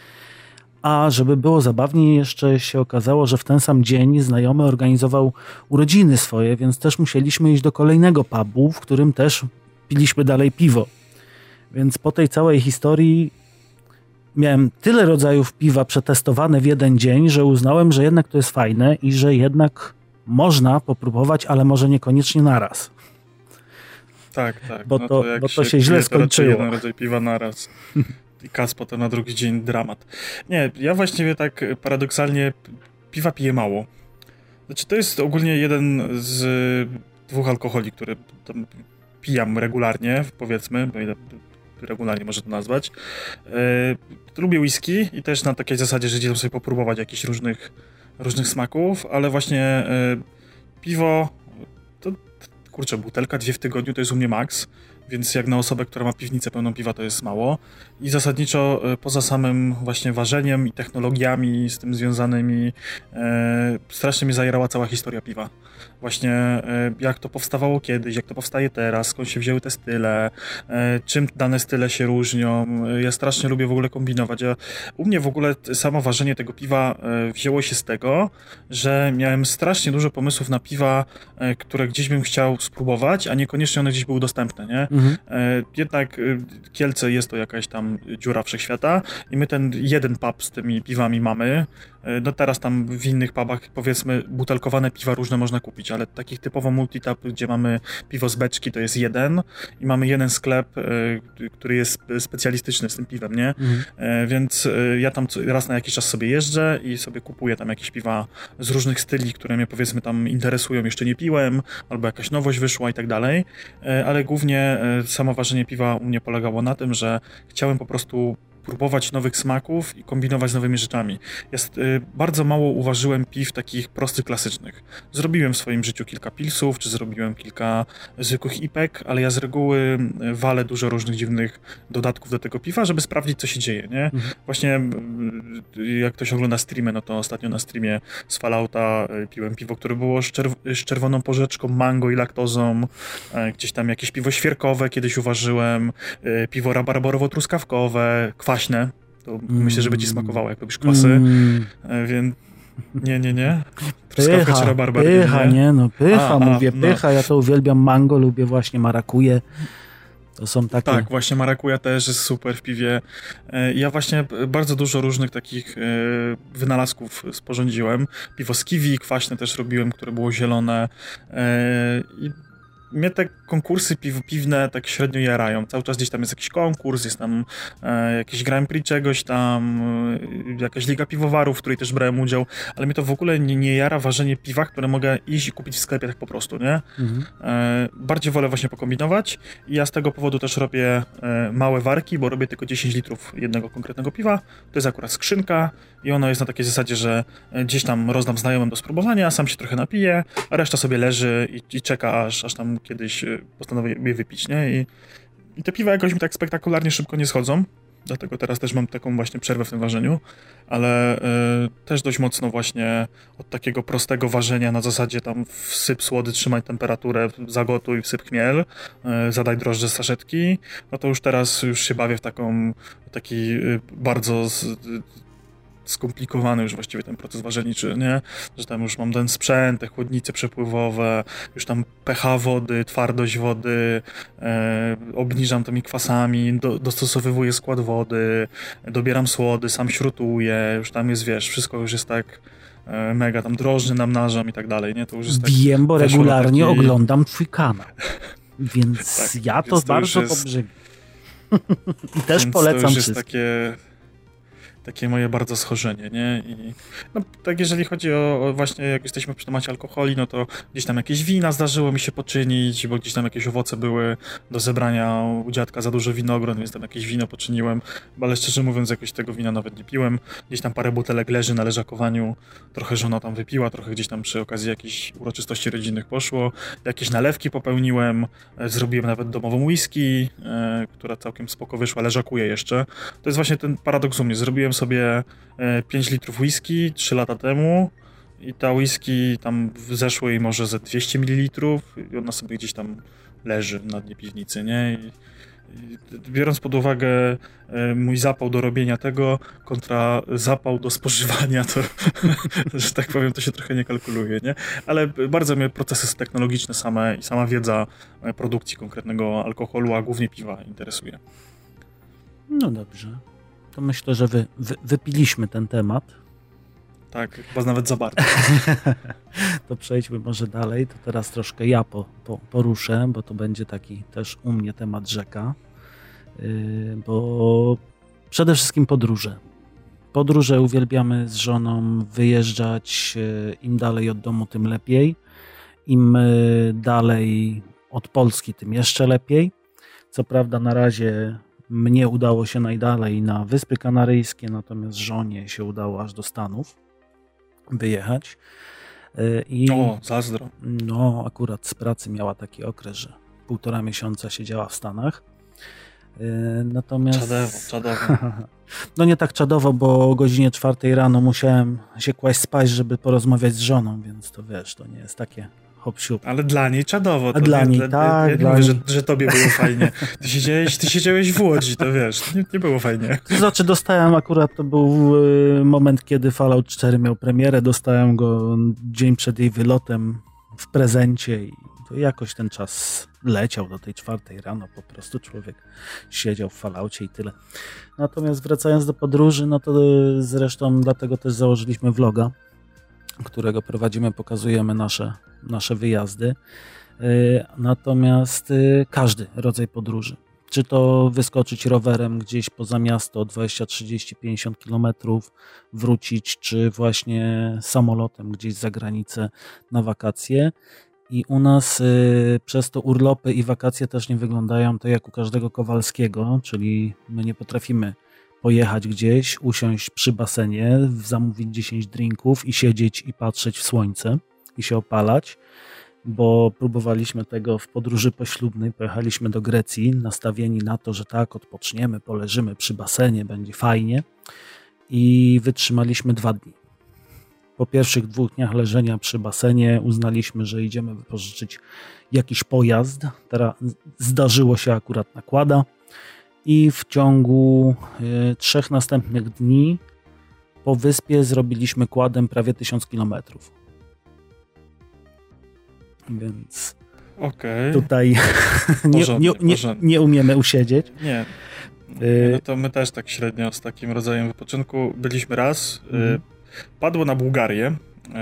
A żeby było zabawniej, jeszcze się okazało, że w ten sam dzień znajomy organizował urodziny swoje, więc też musieliśmy iść do kolejnego pubu, w którym też piliśmy dalej piwo. Więc po tej całej historii miałem tyle rodzajów piwa przetestowane w jeden dzień, że uznałem, że jednak to jest fajne i że jednak można popróbować, ale może niekoniecznie naraz. Tak, tak. Bo, no to, to bo to się, się źle skończyło. Jeden rodzaj piwa naraz. I kas potem na drugi dzień dramat. Nie, ja właściwie tak paradoksalnie piwa piję mało. Znaczy to jest ogólnie jeden z dwóch alkoholi, które tam pijam regularnie, powiedzmy, bo regularnie można to nazwać. Yy, lubię whisky i też na takiej zasadzie, że idę sobie popróbować jakichś różnych, różnych smaków, ale właśnie yy, piwo, to kurczę, butelka dwie w tygodniu to jest u mnie maks. więc jak na osobę, która ma piwnicę pełną piwa, to jest mało. I zasadniczo poza samym właśnie ważeniem i technologiami z tym związanymi, e, strasznie mnie zajerała cała historia piwa. Właśnie e, jak to powstawało kiedyś, jak to powstaje teraz, skąd się wzięły te style, e, czym dane style się różnią. Ja strasznie lubię w ogóle kombinować. Ja, u mnie w ogóle samo ważenie tego piwa e, wzięło się z tego, że miałem strasznie dużo pomysłów na piwa, e, które gdzieś bym chciał spróbować, a niekoniecznie one gdzieś były dostępne, nie? Mhm. E, jednak e, Kielce jest to jakaś tam dziura wszechświata i my ten jeden pub z tymi piwami mamy. No teraz tam w innych pubach, powiedzmy, butelkowane piwa różne można kupić, ale takich typowo multitap, gdzie mamy piwo z beczki, to jest jeden i mamy jeden sklep, który jest specjalistyczny z tym piwem, nie? Mhm. Więc ja tam raz na jakiś czas sobie jeżdżę i sobie kupuję tam jakieś piwa z różnych styli, które mnie, powiedzmy, tam interesują, jeszcze nie piłem, albo jakaś nowość wyszła i tak dalej, ale głównie samo ważenie piwa u mnie polegało na tym, że chciałem po prostu próbować nowych smaków i kombinować z nowymi rzeczami. Ja y, bardzo mało uważyłem piw takich prostych, klasycznych. Zrobiłem w swoim życiu kilka pilsów, czy zrobiłem kilka zwykłych ipek, ale ja z reguły walę dużo różnych dziwnych dodatków do tego piwa, żeby sprawdzić, co się dzieje, nie? Mhm. Właśnie y, jak ktoś ogląda streamy, no to ostatnio na streamie z Fallouta y, piłem piwo, które było z, czerw- z czerwoną porzeczką, mango i laktozą, y, gdzieś tam jakieś piwo świerkowe kiedyś uważyłem, y, piwo rabarborowo-truskawkowe, kwaśne, to mm. myślę, że by ci smakowało, jak lubisz kwasy, mm. więc nie, nie, nie. Truskawka pycha, czy rabarbar? Pycha, nie? nie, no pycha, a, mówię, a, pycha, no. Ja to uwielbiam mango, lubię właśnie marakuję. To są takie... Tak, właśnie marakuja też jest super w piwie. Ja właśnie bardzo dużo różnych takich wynalazków sporządziłem. Piwo z kiwi, kwaśne też robiłem, które było zielone i mnie te konkursy piw, piwne tak średnio jarają. Cały czas gdzieś tam jest jakiś konkurs, jest tam e, jakiś Grand Prix czegoś tam, e, jakaś liga piwowarów, w której też brałem udział, ale mnie to w ogóle nie, nie jara ważenie piwa, które mogę iść i kupić w sklepie tak po prostu, nie? Mhm. E, bardziej wolę właśnie pokombinować i ja z tego powodu też robię e, małe warki, bo robię tylko dziesięć litrów jednego konkretnego piwa. To jest akurat skrzynka i ono jest na takiej zasadzie, że gdzieś tam rozdam znajomym do spróbowania, sam się trochę napiję, a reszta sobie leży i, i czeka, aż, aż tam kiedyś postanowię je wypić, nie? I, I te piwa jakoś mi tak spektakularnie szybko nie schodzą, dlatego teraz też mam taką właśnie przerwę w tym ważeniu, ale y, też dość mocno właśnie od takiego prostego ważenia na zasadzie tam wsyp słody, trzymaj temperaturę, zagotuj, wsyp chmiel, y, zadaj drożdże z saszetki, no to już teraz już się bawię w taką, taki y, bardzo z, y, skomplikowany już właściwie ten proces ważeniczy, nie? Że tam już mam ten sprzęt, te chłodnice przepływowe, już tam pH wody, twardość wody, e, obniżam tymi kwasami, do, dostosowywuję skład wody, dobieram słody, sam śrutuję, już tam jest, wiesz, wszystko już jest tak e, mega, tam drożdże namnażam i tak dalej, nie? To już jest tak... Wiem, bo regularnie taki... oglądam twój kanał, więc tak, ja to więc to bardzo jest... pobrzywiam. I też więc polecam to już wszystkim. jest takie... Takie moje bardzo schorzenie, nie? I no, tak jeżeli chodzi o, o właśnie, jak jesteśmy przy temacie alkoholi, no to gdzieś tam jakieś wina zdarzyło mi się poczynić, bo gdzieś tam jakieś owoce były do zebrania u dziadka, za dużo winogron, więc tam jakieś wino poczyniłem, ale szczerze mówiąc jakoś tego wina nawet nie piłem. Gdzieś tam parę butelek leży na leżakowaniu, trochę żona tam wypiła, trochę gdzieś tam przy okazji jakichś uroczystości rodzinnych poszło. Jakieś nalewki popełniłem, zrobiłem nawet domową whisky, e, która całkiem spoko wyszła, leżakuję jeszcze. To jest właśnie ten paradoks u mnie. Zrobiłem sobie pięć litrów whisky trzy lata temu i ta whisky tam zeszło jej może ze dwieście mililitrów i ona sobie gdzieś tam leży na dnie piwnicy, nie? I, i biorąc pod uwagę mój zapał do robienia tego kontra zapał do spożywania, to, że tak powiem, to się trochę nie kalkuluje, nie? Ale bardzo mnie procesy technologiczne same i sama wiedza produkcji konkretnego alkoholu, a głównie piwa interesuje. No dobrze. To myślę, że wy, wy, wypiliśmy ten temat. Tak, chyba nawet za bardzo. To przejdźmy może dalej. To teraz troszkę ja po, po, poruszę, bo to będzie taki też u mnie temat rzeka. Yy, bo przede wszystkim podróże. Podróże uwielbiamy z żoną wyjeżdżać. Yy, im dalej od domu, tym lepiej. Im yy, dalej od Polski, tym jeszcze lepiej. Co prawda na razie... Mnie udało się najdalej na Wyspy Kanaryjskie, natomiast żonie się udało aż do Stanów wyjechać. I, o, zazdro. No, akurat z pracy miała taki okres, że półtora miesiąca siedziała w Stanach. Natomiast... Czadowo, czadowo. No nie tak czadowo, bo o godzinie czwartej rano musiałem się kłaść spać, żeby porozmawiać z żoną, więc to wiesz, to nie jest takie hop siup. Ale dla niej czadowo. A to dla nie, niej, dla, tak. Ja nie mówię, że, że tobie było fajnie. Ty siedziałeś, ty siedziałeś w Łodzi, to wiesz, nie, nie było fajnie. To znaczy dostałem akurat, to był moment, kiedy Fallout cztery miał premierę, dostałem go dzień przed jej wylotem w prezencie i to jakoś ten czas leciał do tej czwartej rano, po prostu człowiek siedział w Falloutie i tyle. Natomiast wracając do podróży, no to zresztą dlatego też założyliśmy vloga, którego prowadzimy, pokazujemy nasze, nasze wyjazdy. Natomiast każdy rodzaj podróży, czy to wyskoczyć rowerem gdzieś poza miasto dwadzieścia, trzydzieści, pięćdziesiąt kilometrów, wrócić, czy właśnie samolotem gdzieś za granicę na wakacje. I u nas y, przez to urlopy i wakacje też nie wyglądają to jak u każdego Kowalskiego, czyli my nie potrafimy pojechać gdzieś, usiąść przy basenie, zamówić dziesięć drinków i siedzieć i patrzeć w słońce i się opalać, bo próbowaliśmy tego w podróży poślubnej, pojechaliśmy do Grecji nastawieni na to, że tak, odpoczniemy, poleżymy przy basenie, będzie fajnie i wytrzymaliśmy dwa dni. Po pierwszych dwóch dniach leżenia przy basenie uznaliśmy, że idziemy wypożyczyć jakiś pojazd. Teraz zdarzyło się akurat nakłada i w ciągu y, trzech następnych dni po wyspie zrobiliśmy kładem prawie tysiąc kilometrów. Więc okay. tutaj nie, nie, nie, nie umiemy usiedzieć. Nie. No to my też tak średnio z takim rodzajem wypoczynku byliśmy raz. Mhm. Padło na Bułgarię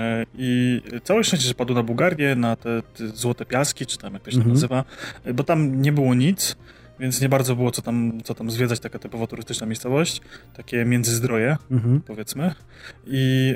i całe szczęście, że padło na Bułgarię, na te, te złote piaski, czy tam jak to się mhm. nazywa, bo tam nie było nic, więc nie bardzo było co tam, co tam zwiedzać, taka typowo turystyczna miejscowość, takie międzyzdroje, mhm. powiedzmy. I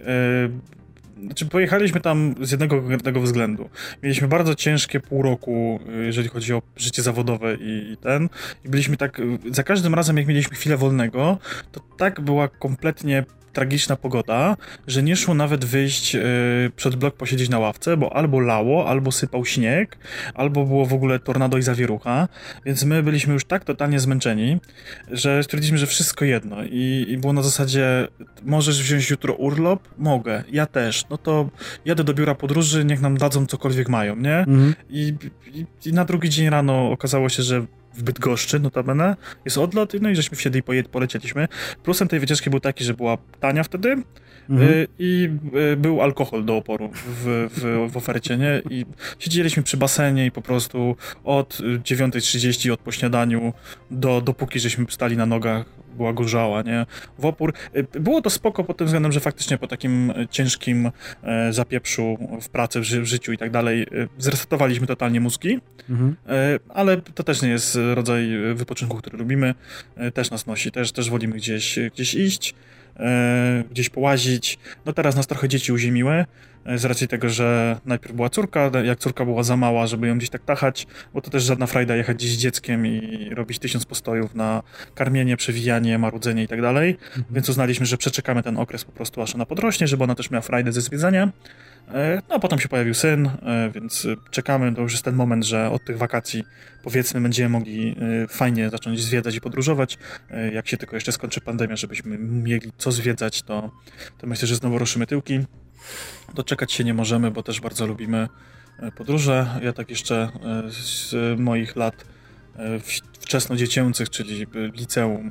e, znaczy pojechaliśmy tam z jednego konkretnego względu. Mieliśmy bardzo ciężkie pół roku, jeżeli chodzi o życie zawodowe i, i ten. I byliśmy tak, za każdym razem jak mieliśmy chwilę wolnego, to tak była kompletnie tragiczna pogoda, że nie szło nawet wyjść yy, przed blok, posiedzieć na ławce, bo albo lało, albo sypał śnieg, albo było w ogóle tornado i zawierucha, więc my byliśmy już tak totalnie zmęczeni, że stwierdziliśmy, że wszystko jedno i, i było na zasadzie, możesz wziąć jutro urlop? Mogę, ja też, no to jadę do biura podróży, niech nam dadzą cokolwiek mają, nie? Mhm. I, i, I na drugi dzień rano okazało się, że w Bydgoszczy notabene jest odlot, no i żeśmy wsiedli i polecieliśmy. Plusem tej wycieczki był taki, że była tania wtedy mhm. y, i y, był alkohol do oporu w, w, w ofercie, nie? I siedzieliśmy przy basenie i po prostu od dziewiątej trzydzieści, od po śniadaniu do, dopóki żeśmy stali na nogach, była gorzała, nie? W opór. Było to spoko pod tym względem, że faktycznie po takim ciężkim e, zapieprzu w pracy, w, ży- w życiu i tak dalej e, zresetowaliśmy totalnie mózgi, mhm. e, ale to też nie jest rodzaj wypoczynku, który lubimy. E, też nas nosi, też, też wolimy gdzieś, gdzieś iść, e, gdzieś połazić. No teraz nas trochę dzieci uziemiły, z racji tego, że najpierw była córka, jak córka była za mała, żeby ją gdzieś tak tachać, bo to też żadna frajda jechać gdzieś z dzieckiem i robić tysiąc postojów na karmienie, przewijanie, marudzenie i tak dalej, mhm. więc uznaliśmy, że przeczekamy ten okres po prostu, aż ona podrośnie, żeby ona też miała frajdę ze zwiedzania. No a potem się pojawił syn, więc czekamy, to już jest ten moment, że od tych wakacji powiedzmy będziemy mogli fajnie zacząć zwiedzać i podróżować. Jak się tylko jeszcze skończy pandemia, żebyśmy mieli co zwiedzać, to, to myślę, że znowu ruszymy tyłki. Doczekać się nie możemy, bo też bardzo lubimy podróże. Ja tak jeszcze z moich lat wczesnodziecięcych, czyli liceum,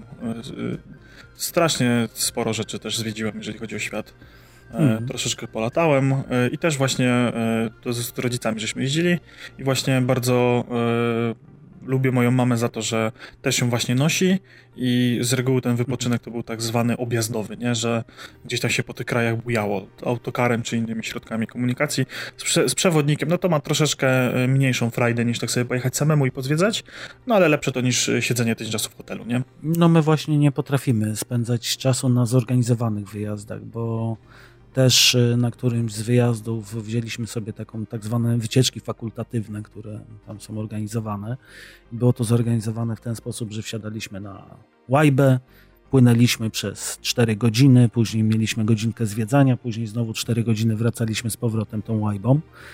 strasznie sporo rzeczy też zwiedziłem, jeżeli chodzi o świat. Mm. Troszeczkę polatałem i też właśnie to z rodzicami żeśmy jeździli i właśnie bardzo lubię moją mamę za to, że też ją właśnie nosi i z reguły ten wypoczynek to był tak zwany objazdowy, nie? Że gdzieś tam się po tych krajach bujało autokarem czy innymi środkami komunikacji z, prze- z przewodnikiem, no to ma troszeczkę mniejszą frajdę niż tak sobie pojechać samemu i pozwiedzać, no ale lepsze to niż siedzenie tydzień czasu w hotelu, nie? No my właśnie nie potrafimy spędzać czasu na zorganizowanych wyjazdach, bo też na którymś z wyjazdów wzięliśmy sobie taką tak zwane wycieczki fakultatywne, które tam są organizowane. Było to zorganizowane w ten sposób, że wsiadaliśmy na łajbę, płynęliśmy przez cztery godziny, później mieliśmy godzinkę zwiedzania, później znowu cztery godziny wracaliśmy z powrotem tą łajbą.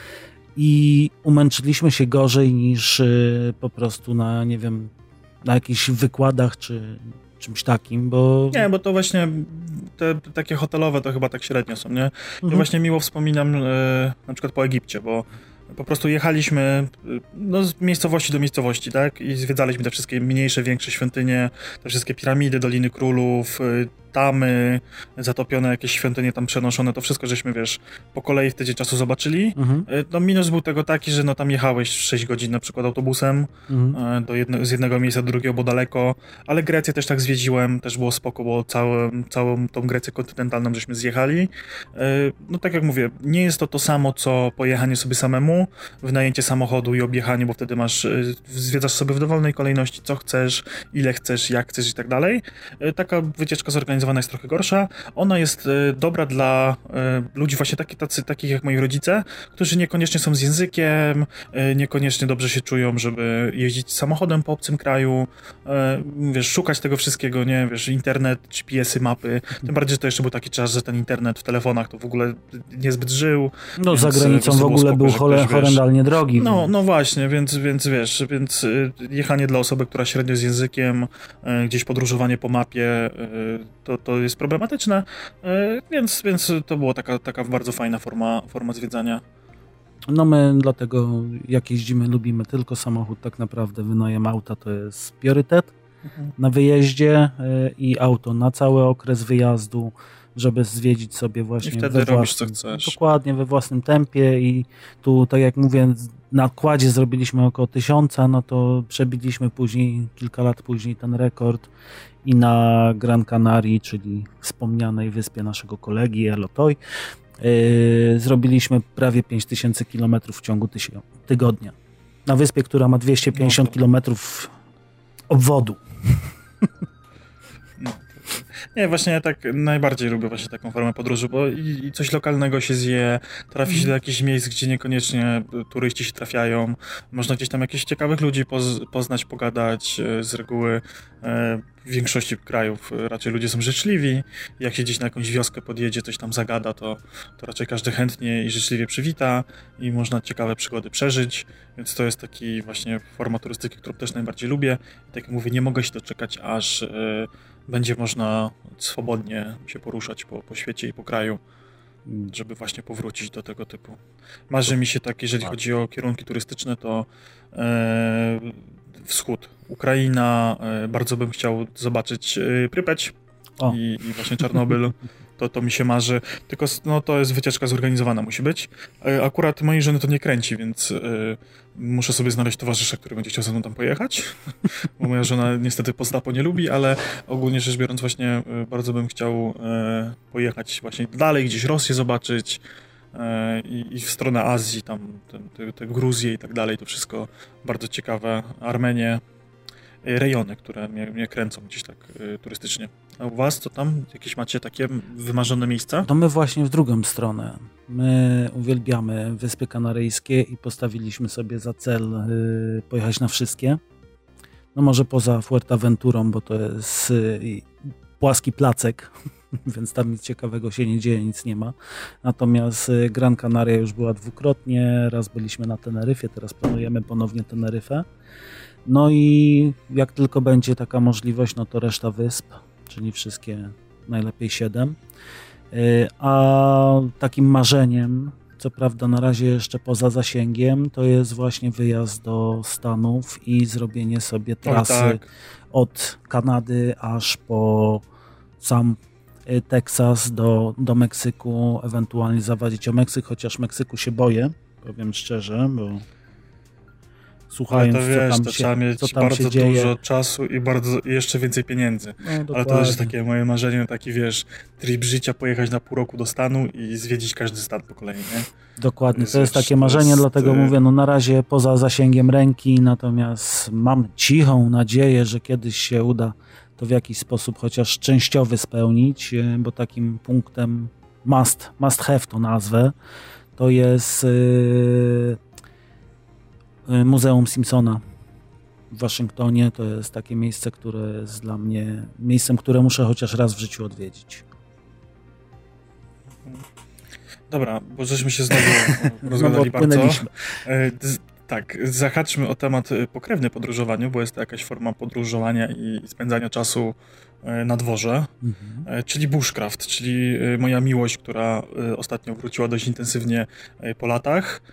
i umęczyliśmy się gorzej niż po prostu na, nie wiem, na jakichś wykładach czy czymś takim, bo... Nie, bo to właśnie te takie hotelowe to chyba tak średnio są, nie? Mhm. Ja właśnie miło wspominam e, na przykład po Egipcie, bo po prostu jechaliśmy no, z miejscowości do miejscowości, tak? I zwiedzaliśmy te wszystkie mniejsze, większe świątynie, te wszystkie piramidy, Doliny Królów, tamy, zatopione jakieś świątynie tam przenoszone, to wszystko żeśmy, wiesz, po kolei w tydzień czasu zobaczyli. Mhm. No minus był tego taki, że no tam jechałeś sześć godzin na przykład autobusem mhm. do jedno, z jednego miejsca do drugiego, bo daleko, ale Grecję też tak zwiedziłem, też było spoko, bo całą, całą tą Grecję kontynentalną żeśmy zjechali. No tak jak mówię, nie jest to to samo, co pojechanie sobie samemu, wynajęcie samochodu i objechanie, bo wtedy masz, zwiedzasz sobie w dowolnej kolejności, co chcesz, ile chcesz, jak chcesz i tak dalej. Taka wycieczka zorganizowana jest trochę gorsza. Ona jest y, dobra dla y, ludzi właśnie taki, tacy, takich jak moi rodzice, którzy niekoniecznie są z językiem, y, niekoniecznie dobrze się czują, żeby jeździć samochodem po obcym kraju, y, wiesz, szukać tego wszystkiego, nie, wiesz, internet, G P S y, mapy. Tym bardziej, że to jeszcze był taki czas, że ten internet w telefonach to w ogóle niezbyt żył. No za granicą w ogóle spoko, był chore, horrendalnie drogi. No, no właśnie, więc, więc wiesz, więc y, jechanie dla osoby, która średnio z językiem, y, gdzieś podróżowanie po mapie, y, to, to jest problematyczne, więc, więc to była taka, taka bardzo fajna forma, forma zwiedzania. No my dlatego jak jeździmy, lubimy tylko samochód, tak naprawdę wynajem auta to jest priorytet mhm. na wyjeździe i auto na cały okres wyjazdu, żeby zwiedzić sobie właśnie I wtedy we robisz, własnym, co chcesz. Dokładnie, we własnym tempie i tu, tak jak mówię, na kładzie zrobiliśmy około tysiąca, no to przebiliśmy później, kilka lat później ten rekord i na Gran Canaria, czyli wspomnianej wyspie naszego kolegi Elotoy, yy, zrobiliśmy prawie pięć tysięcy kilometrów w ciągu tysi- tygodnia. Na wyspie, która ma dwieście pięćdziesiąt no to... kilometrów obwodu. No. Nie, właśnie ja tak najbardziej lubię właśnie taką formę podróży, bo i, i coś lokalnego się zje, trafi się do jakichś miejsc, gdzie niekoniecznie turyści się trafiają, można gdzieś tam jakichś ciekawych ludzi poz, poznać, pogadać, z reguły e, w większości krajów raczej ludzie są życzliwi, jak się gdzieś na jakąś wioskę podjedzie, coś tam zagada, to, to raczej każdy chętnie i życzliwie przywita i można ciekawe przygody przeżyć, więc to jest taki właśnie forma turystyki, którą też najbardziej lubię. I tak jak mówię, nie mogę się doczekać, aż e, będzie można swobodnie się poruszać po, po świecie i po kraju, żeby właśnie powrócić do tego typu. Marzy mi się tak, jeżeli chodzi o kierunki turystyczne, to e, wschód, Ukraina, e, bardzo bym chciał zobaczyć e, Prypeć i, i właśnie Czarnobyl. To, to mi się marzy, tylko no, to jest wycieczka zorganizowana, musi być. E, akurat mojej żony to nie kręci, więc e, muszę sobie znaleźć towarzysza, który będzie chciał ze mną tam pojechać, bo moja żona niestety postapo nie lubi, ale ogólnie rzecz biorąc właśnie e, bardzo bym chciał e, pojechać właśnie dalej, gdzieś Rosję zobaczyć e, i, i w stronę Azji, tam te, te, te Gruzje i tak dalej, to wszystko bardzo ciekawe. Armenię, rejony, które mnie, mnie kręcą gdzieś tak y, turystycznie. A u was, to tam jakieś macie takie wymarzone miejsca? To my właśnie w drugą stronę. My uwielbiamy Wyspy Kanaryjskie i postawiliśmy sobie za cel y, pojechać na wszystkie. No może poza Fuerteventurą, bo to jest y, płaski placek, więc tam nic ciekawego się nie dzieje, nic nie ma. Natomiast y, Gran Canaria już była dwukrotnie, raz byliśmy na Teneryfie, teraz planujemy ponownie Teneryfę. No i jak tylko będzie taka możliwość, no to reszta wysp, czyli wszystkie, najlepiej siedem. A takim marzeniem, co prawda na razie jeszcze poza zasięgiem, to jest właśnie wyjazd do Stanów i zrobienie sobie trasy tak. od Kanady aż po sam Teksas do, do Meksyku, ewentualnie zawadzić o Meksyk, chociaż Meksyku się boję, powiem szczerze, bo słuchając, ale to wiesz, co tam to się, trzeba mieć co tam bardzo się dzieje. dużo czasu i bardzo i jeszcze więcej pieniędzy. No, ale to też jest takie moje marzenie, taki wiesz, trip życia, pojechać na pół roku do Stanu i zwiedzić każdy stan po kolei, nie? Dokładnie, to jest takie marzenie, jest... dlatego mówię, no na razie poza zasięgiem ręki, natomiast mam cichą nadzieję, że kiedyś się uda to w jakiś sposób chociaż częściowy spełnić, bo takim punktem must, must have to nazwę, to jest yy, Muzeum Simpsona w Waszyngtonie. To jest takie miejsce, które jest dla mnie miejscem, które muszę chociaż raz w życiu odwiedzić. Dobra, bo żeśmy się znowu rozgadali bardzo. Tak, zahaczmy o temat pokrewny podróżowaniu, bo jest to jakaś forma podróżowania i spędzania czasu na dworze, mhm. czyli bushcraft, czyli moja miłość, która ostatnio wróciła dość intensywnie po latach.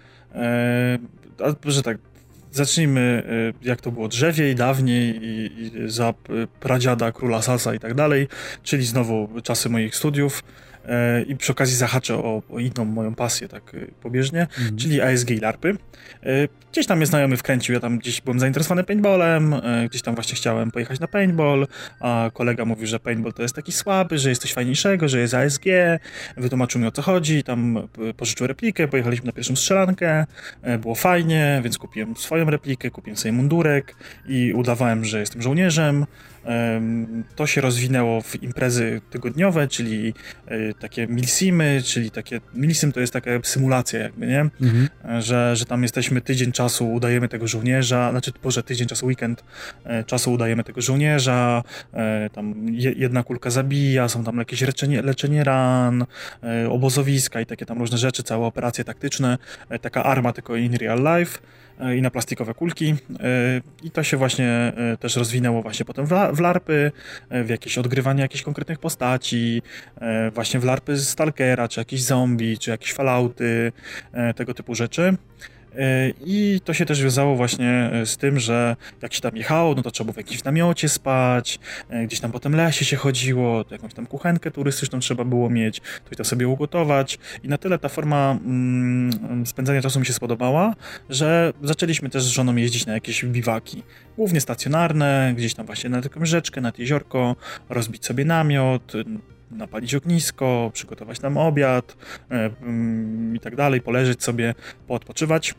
A, że tak, zacznijmy jak to było drzewiej, dawniej i, i za pradziada króla Sasa i tak dalej, czyli znowu czasy moich studiów. I przy okazji zahaczę o, o inną moją pasję, tak pobieżnie, mm. czyli A S G i larpy. Gdzieś tam mnie znajomy wkręcił, ja tam gdzieś byłem zainteresowany paintballem, gdzieś tam właśnie chciałem pojechać na paintball, a kolega mówił, że paintball to jest taki słaby, że jest coś fajniejszego, że jest A S G, wytłumaczył mi o co chodzi, tam pożyczył replikę, pojechaliśmy na pierwszą strzelankę, było fajnie, więc kupiłem swoją replikę, kupiłem sobie mundurek i udawałem, że jestem żołnierzem. To się rozwinęło w imprezy tygodniowe, czyli takie milsimy, czyli takie, milsim to jest taka symulacja jakby, nie? Mhm. Że, że tam jesteśmy tydzień czasu, udajemy tego żołnierza, znaczy, boże, tydzień czasu, weekend czasu udajemy tego żołnierza, tam jedna kulka zabija, są tam jakieś leczenie, leczenie ran, obozowiska i takie tam różne rzeczy, całe operacje taktyczne, taka arma tylko in real life i na plastikowe kulki i to się właśnie też rozwinęło właśnie potem w larpy, w jakieś odgrywanie jakichś konkretnych postaci, właśnie w larpy z Stalkera, czy jakieś zombie, czy jakieś Fallouty, tego typu rzeczy. I to się też wiązało właśnie z tym, że jak się tam jechało, no to trzeba było w jakimś namiocie spać, gdzieś tam po tym lesie się chodziło, jakąś tam kuchenkę turystyczną trzeba było mieć, coś tam sobie ugotować i na tyle ta forma mm, spędzania czasu mi się spodobała, że zaczęliśmy też z żoną jeździć na jakieś biwaki, głównie stacjonarne, gdzieś tam właśnie na taką rzeczkę, nad jeziorko, rozbić sobie namiot, napalić ognisko, przygotować nam obiad yy, i tak dalej, poleżeć sobie, poodpoczywać.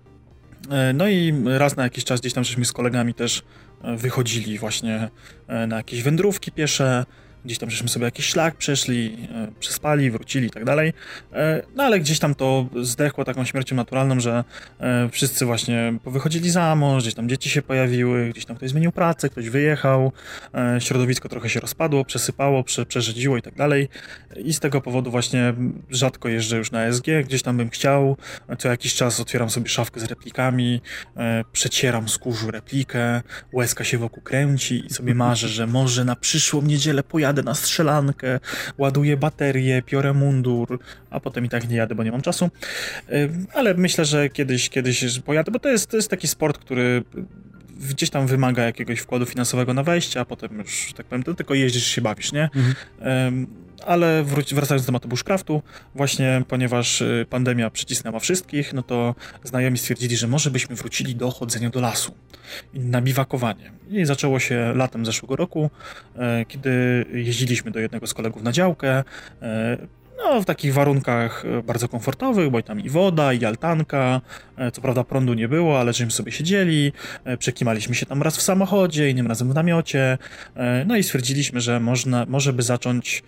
Yy, no i raz na jakiś czas gdzieś tam żeśmy z kolegami też wychodzili właśnie na jakieś wędrówki piesze, gdzieś tam żeśmy sobie jakiś szlak przeszli, e, przespali, wrócili i tak dalej, e, no ale gdzieś tam to zdechło taką śmiercią naturalną, że e, wszyscy właśnie powychodzili za mąż, gdzieś tam dzieci się pojawiły, gdzieś tam ktoś zmienił pracę, ktoś wyjechał, e, środowisko trochę się rozpadło, przesypało, prze, przerzedziło i tak dalej i z tego powodu właśnie rzadko jeżdżę już na A S G, gdzieś tam bym chciał, co jakiś czas otwieram sobie szafkę z replikami, e, przecieram z kurzu replikę, łezka się wokół kręci i sobie marzę, że może na przyszłą niedzielę pojadę jadę na strzelankę, ładuję baterię, piorę mundur, a potem i tak nie jadę, bo nie mam czasu. Ale myślę, że kiedyś, kiedyś pojadę, bo to jest, to jest taki sport, który gdzieś tam wymaga jakiegoś wkładu finansowego na wejście, a potem już, tak powiem, to tylko jeździsz się bawisz, nie? Mhm. Um, ale wróć, wracając do tematu bushcraftu, właśnie ponieważ pandemia przycisnęła wszystkich, no to znajomi stwierdzili, że może byśmy wrócili do chodzenia do lasu i na biwakowanie. I zaczęło się latem zeszłego roku, e, kiedy jeździliśmy do jednego z kolegów na działkę, e, no, w takich warunkach bardzo komfortowych, bo i tam i woda, i altanka, co prawda prądu nie było, ale żeśmy sobie siedzieli, przekimaliśmy się tam raz w samochodzie, innym razem w namiocie, no i stwierdziliśmy, że można, może by zacząć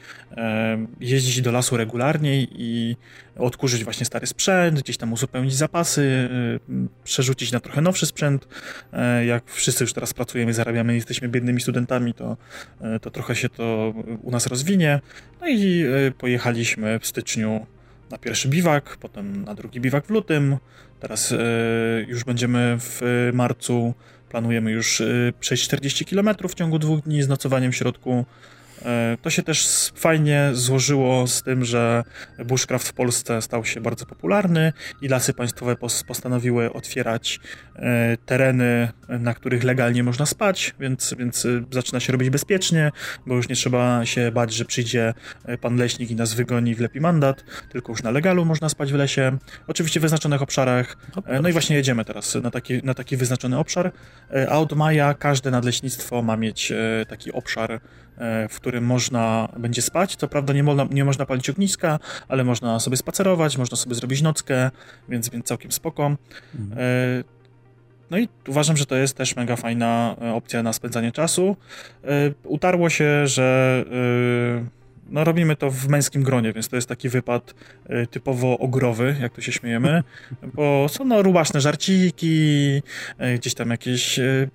jeździć do lasu regularniej i odkurzyć właśnie stary sprzęt, gdzieś tam uzupełnić zapasy, przerzucić na trochę nowszy sprzęt. Jak wszyscy już teraz pracujemy, zarabiamy, jesteśmy biednymi studentami, to, to trochę się to u nas rozwinie. No i pojechaliśmy w styczniu na pierwszy biwak, potem na drugi biwak w lutym. Teraz już będziemy w marcu, planujemy już przejść czterdzieści kilometrów w ciągu dwóch dni z nocowaniem w środku. To się też fajnie złożyło z tym, że bushcraft w Polsce stał się bardzo popularny i lasy państwowe postanowiły otwierać tereny, na których legalnie można spać, więc, więc zaczyna się robić bezpiecznie, bo już nie trzeba się bać, że przyjdzie pan leśnik i nas wygoni i wlepi mandat, tylko już na legalu można spać w lesie, oczywiście w wyznaczonych obszarach. No i właśnie jedziemy teraz na taki, na taki wyznaczony obszar, a od maja każde nadleśnictwo ma mieć taki obszar, w którym można będzie spać. Co prawda nie, można, nie można palić ogniska, ale można sobie spacerować, można sobie zrobić nockę, więc, więc całkiem spoko. Mhm. No i uważam, że to jest też mega fajna opcja na spędzanie czasu. Utarło się, że no robimy to w męskim gronie, więc to jest taki wypad typowo ogrowy, jak to się śmiejemy, bo są no rubaszne żarciki, gdzieś tam jakieś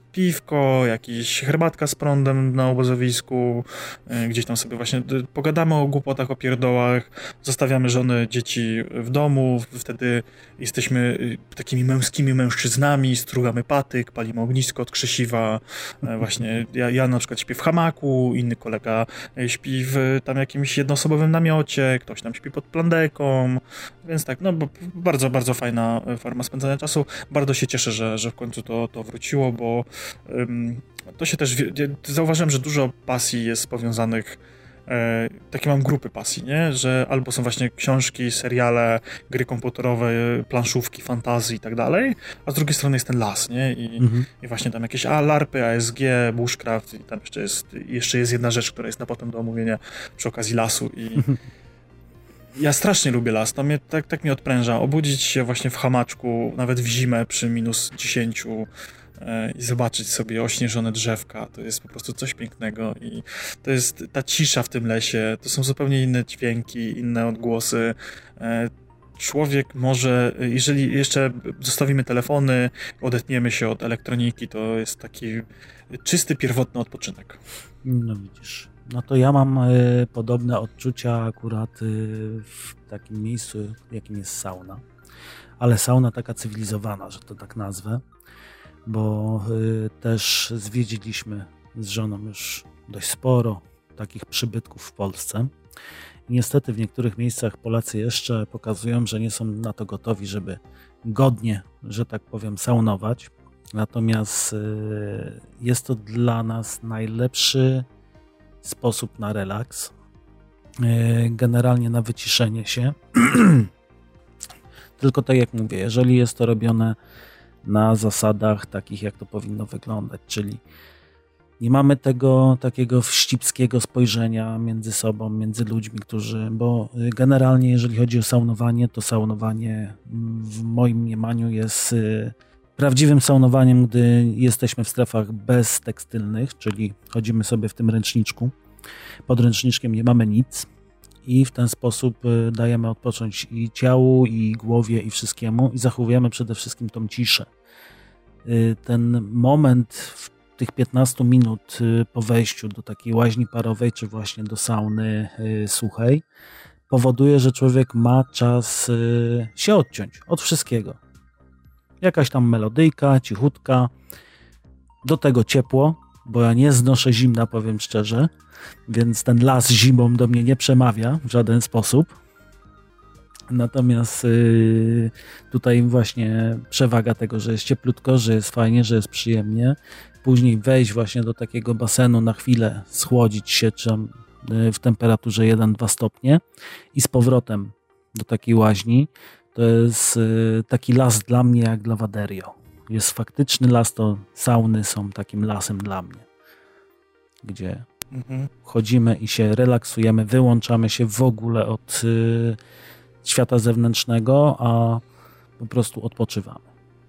piwko, jakiś herbatka z prądem na obozowisku, gdzieś tam sobie właśnie pogadamy o głupotach, o pierdołach, zostawiamy żony, dzieci w domu, wtedy jesteśmy takimi męskimi mężczyznami, strugamy patyk, palimy ognisko od krzesiwa, właśnie ja, ja na przykład śpię w hamaku, inny kolega śpi w tam jakimś jednoosobowym namiocie, ktoś tam śpi pod plandeką, więc tak, no bardzo, bardzo fajna forma spędzania czasu. Bardzo się cieszę, że, że w końcu to, to wróciło, bo um, to się też, zauważyłem, że dużo pasji jest powiązanych, e, takie mam grupy pasji, nie? Że albo są właśnie książki, seriale, gry komputerowe, planszówki, fantazji i tak dalej, a z drugiej strony jest ten las, nie? I, mhm. i właśnie tam jakieś a, larpy, A S G, bushcraft i tam jeszcze jest, jeszcze jest jedna rzecz, która jest na potem do omówienia przy okazji lasu i ja strasznie lubię las, to mnie, tak, tak mnie odpręża. Obudzić się właśnie w hamaczku, nawet w zimę przy minus dziesięciu e, i zobaczyć sobie ośnieżone drzewka, to jest po prostu coś pięknego i to jest ta cisza w tym lesie, to są zupełnie inne dźwięki, inne odgłosy. E, człowiek może, jeżeli jeszcze zostawimy telefony, odetniemy się od elektroniki, to jest taki czysty, pierwotny odpoczynek. No widzisz. No to ja mam y, podobne odczucia akurat y, w takim miejscu, jakim jest sauna. Ale sauna taka cywilizowana, że to tak nazwę, bo y, też zwiedziliśmy z żoną już dość sporo takich przybytków w Polsce. I niestety w niektórych miejscach Polacy jeszcze pokazują, że nie są na to gotowi, żeby godnie, że tak powiem, saunować. Natomiast y, jest to dla nas najlepszy sposób na relaks, generalnie na wyciszenie się. Tylko tak jak mówię, jeżeli jest to robione na zasadach takich, jak to powinno wyglądać, czyli nie mamy tego takiego wścibskiego spojrzenia między sobą, między ludźmi, którzy, bo generalnie jeżeli chodzi o saunowanie, to saunowanie w moim mniemaniu jest prawdziwym saunowaniem, gdy jesteśmy w strefach beztekstylnych, czyli chodzimy sobie w tym ręczniczku. Pod ręczniczkiem nie mamy nic i w ten sposób dajemy odpocząć i ciału, i głowie, i wszystkiemu i zachowujemy przede wszystkim tą ciszę. Ten moment w tych piętnastu minut po wejściu do takiej łaźni parowej, czy właśnie do sauny suchej, powoduje, że człowiek ma czas się odciąć od wszystkiego. Jakaś tam melodyjka, cichutka, do tego ciepło, bo ja nie znoszę zimna, powiem szczerze, więc ten las zimą do mnie nie przemawia w żaden sposób. Natomiast yy, tutaj właśnie przewaga tego, że jest cieplutko, że jest fajnie, że jest przyjemnie. Później wejść właśnie do takiego basenu na chwilę, schłodzić się czy tam, yy, w temperaturze jeden do dwóch stopnie i z powrotem do takiej łaźni. To jest y, taki las dla mnie jak dla Waderio. Jest faktyczny las, to sauny są takim lasem dla mnie, gdzie mhm. chodzimy i się relaksujemy, wyłączamy się w ogóle od y, świata zewnętrznego, a po prostu odpoczywamy.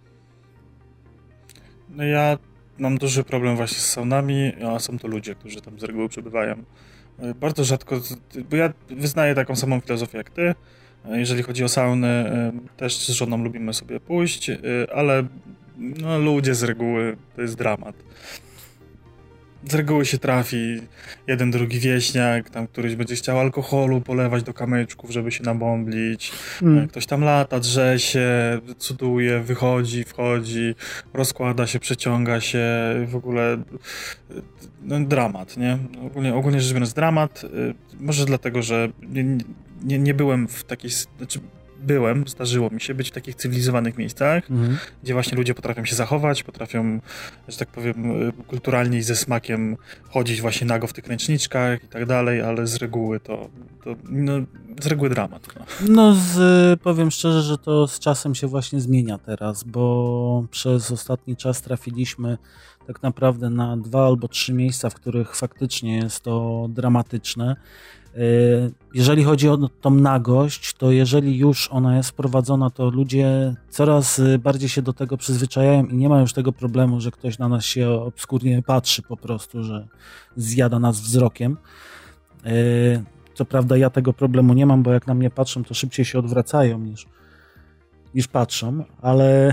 No ja mam duży problem właśnie z saunami, a są to ludzie, którzy tam z reguły przebywają. Bardzo rzadko, bo ja wyznaję taką samą filozofię jak ty. Jeżeli chodzi o sauny, też z żoną lubimy sobie pójść, ale no, ludzie z reguły to jest dramat. Z reguły się trafi jeden, drugi wieśniak, tam któryś będzie chciał alkoholu polewać do kamyczków, żeby się nabąblić. Hmm. Ktoś tam lata, drze się, cuduje, wychodzi, wchodzi, rozkłada się, przeciąga się, w ogóle no, dramat, nie? Ogólnie, ogólnie rzecz biorąc dramat. Może dlatego, że nie, nie, nie byłem w takiej... Znaczy, byłem, zdarzyło mi się być w takich cywilizowanych miejscach, mhm. gdzie właśnie ludzie potrafią się zachować, potrafią, że tak powiem, kulturalnie i ze smakiem chodzić właśnie nago w tych ręczniczkach i tak dalej, ale z reguły to, to no, z reguły dramat. No, no z, powiem szczerze, że to z czasem się właśnie zmienia teraz, bo przez ostatni czas trafiliśmy tak naprawdę na dwa albo trzy miejsca, w których faktycznie jest to dramatyczne. Jeżeli chodzi o tą nagość, to jeżeli już ona jest wprowadzona, to ludzie coraz bardziej się do tego przyzwyczajają i nie ma już tego problemu, że ktoś na nas się obskurnie patrzy po prostu, że zjada nas wzrokiem. Co prawda ja tego problemu nie mam, bo jak na mnie patrzą, to szybciej się odwracają niż, niż patrzą, ale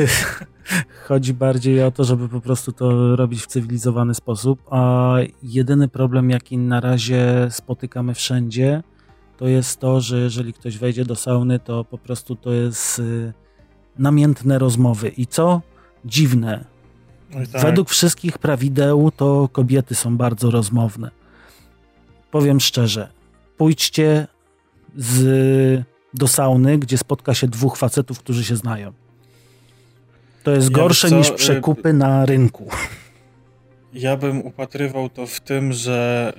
chodzi bardziej o to, żeby po prostu to robić w cywilizowany sposób, a jedyny problem, jaki na razie spotykamy wszędzie, to jest to, że jeżeli ktoś wejdzie do sauny, to po prostu to jest namiętne rozmowy. I co? Dziwne. Tak. Według wszystkich prawideł to kobiety są bardzo rozmowne. Powiem szczerze, pójdźcie z, do sauny, gdzie spotka się dwóch facetów, którzy się znają. To jest ja gorsze co, niż przekupy na rynku. Ja bym upatrywał to w tym, że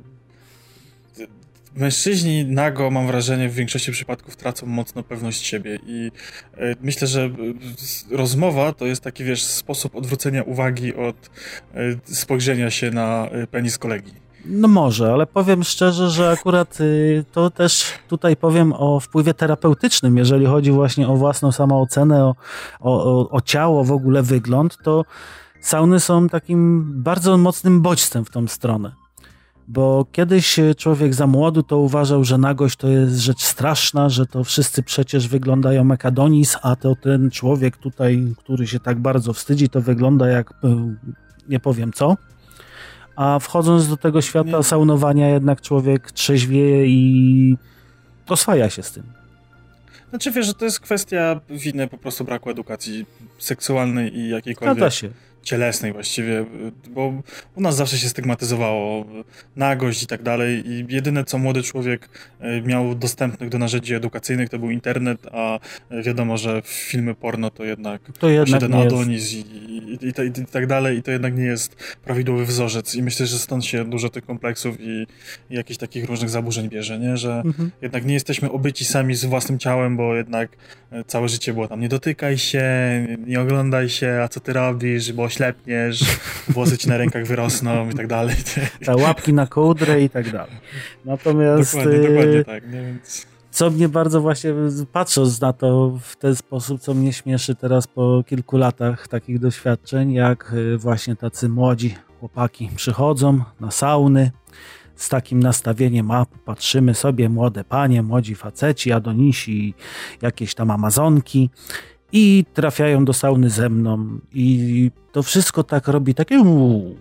y, mężczyźni nago, mam wrażenie, w większości przypadków tracą mocno pewność siebie i y, myślę, że y, rozmowa to jest taki, wiesz, sposób odwrócenia uwagi od y, spojrzenia się na y, penis kolegi. No może, ale powiem szczerze, że akurat y, to też tutaj powiem o wpływie terapeutycznym, jeżeli chodzi właśnie o własną samoocenę, o, o, o ciało, w ogóle wygląd, to sauny są takim bardzo mocnym bodźcem w tą stronę. Bo kiedyś człowiek za młodu to uważał, że nagość to jest rzecz straszna, że to wszyscy przecież wyglądają jak Adonis, a to ten człowiek tutaj, który się tak bardzo wstydzi, to wygląda jak nie powiem co. A wchodząc do tego świata saunowania, jednak człowiek trzeźwieje i oswaja się z tym. Znaczy wiesz, że to jest kwestia winy po prostu braku edukacji seksualnej i jakiejkolwiek Zgadza się. cielesnej właściwie, bo u nas zawsze się stygmatyzowało nagość i tak dalej i jedyne co młody człowiek miał dostępnych do narzędzi edukacyjnych to był internet, a wiadomo, że filmy porno to jednak, to jednak ten Adonis i, i, i, i, i tak dalej i to jednak nie jest prawidłowy wzorzec i myślę, że stąd się dużo tych kompleksów i, i jakichś takich różnych zaburzeń bierze, nie? Że mhm. jednak nie jesteśmy obyci sami z własnym ciałem, bo jednak całe życie było tam nie dotykaj się, nie oglądaj się, a co ty robisz, bo ślepniesz, włosy ci na rękach wyrosną i tak dalej. Ta łapki na kołdrę i tak dalej. Natomiast dokładnie, dokładnie tak. Nie? Więc... co mnie bardzo właśnie, patrząc na to w ten sposób, co mnie śmieszy teraz po kilku latach takich doświadczeń, jak właśnie tacy młodzi chłopaki przychodzą na sauny z takim nastawieniem, a patrzymy sobie, młode panie, młodzi faceci, Adonisi, jakieś tam Amazonki i trafiają do sauny ze mną i to wszystko tak robi takie uuu.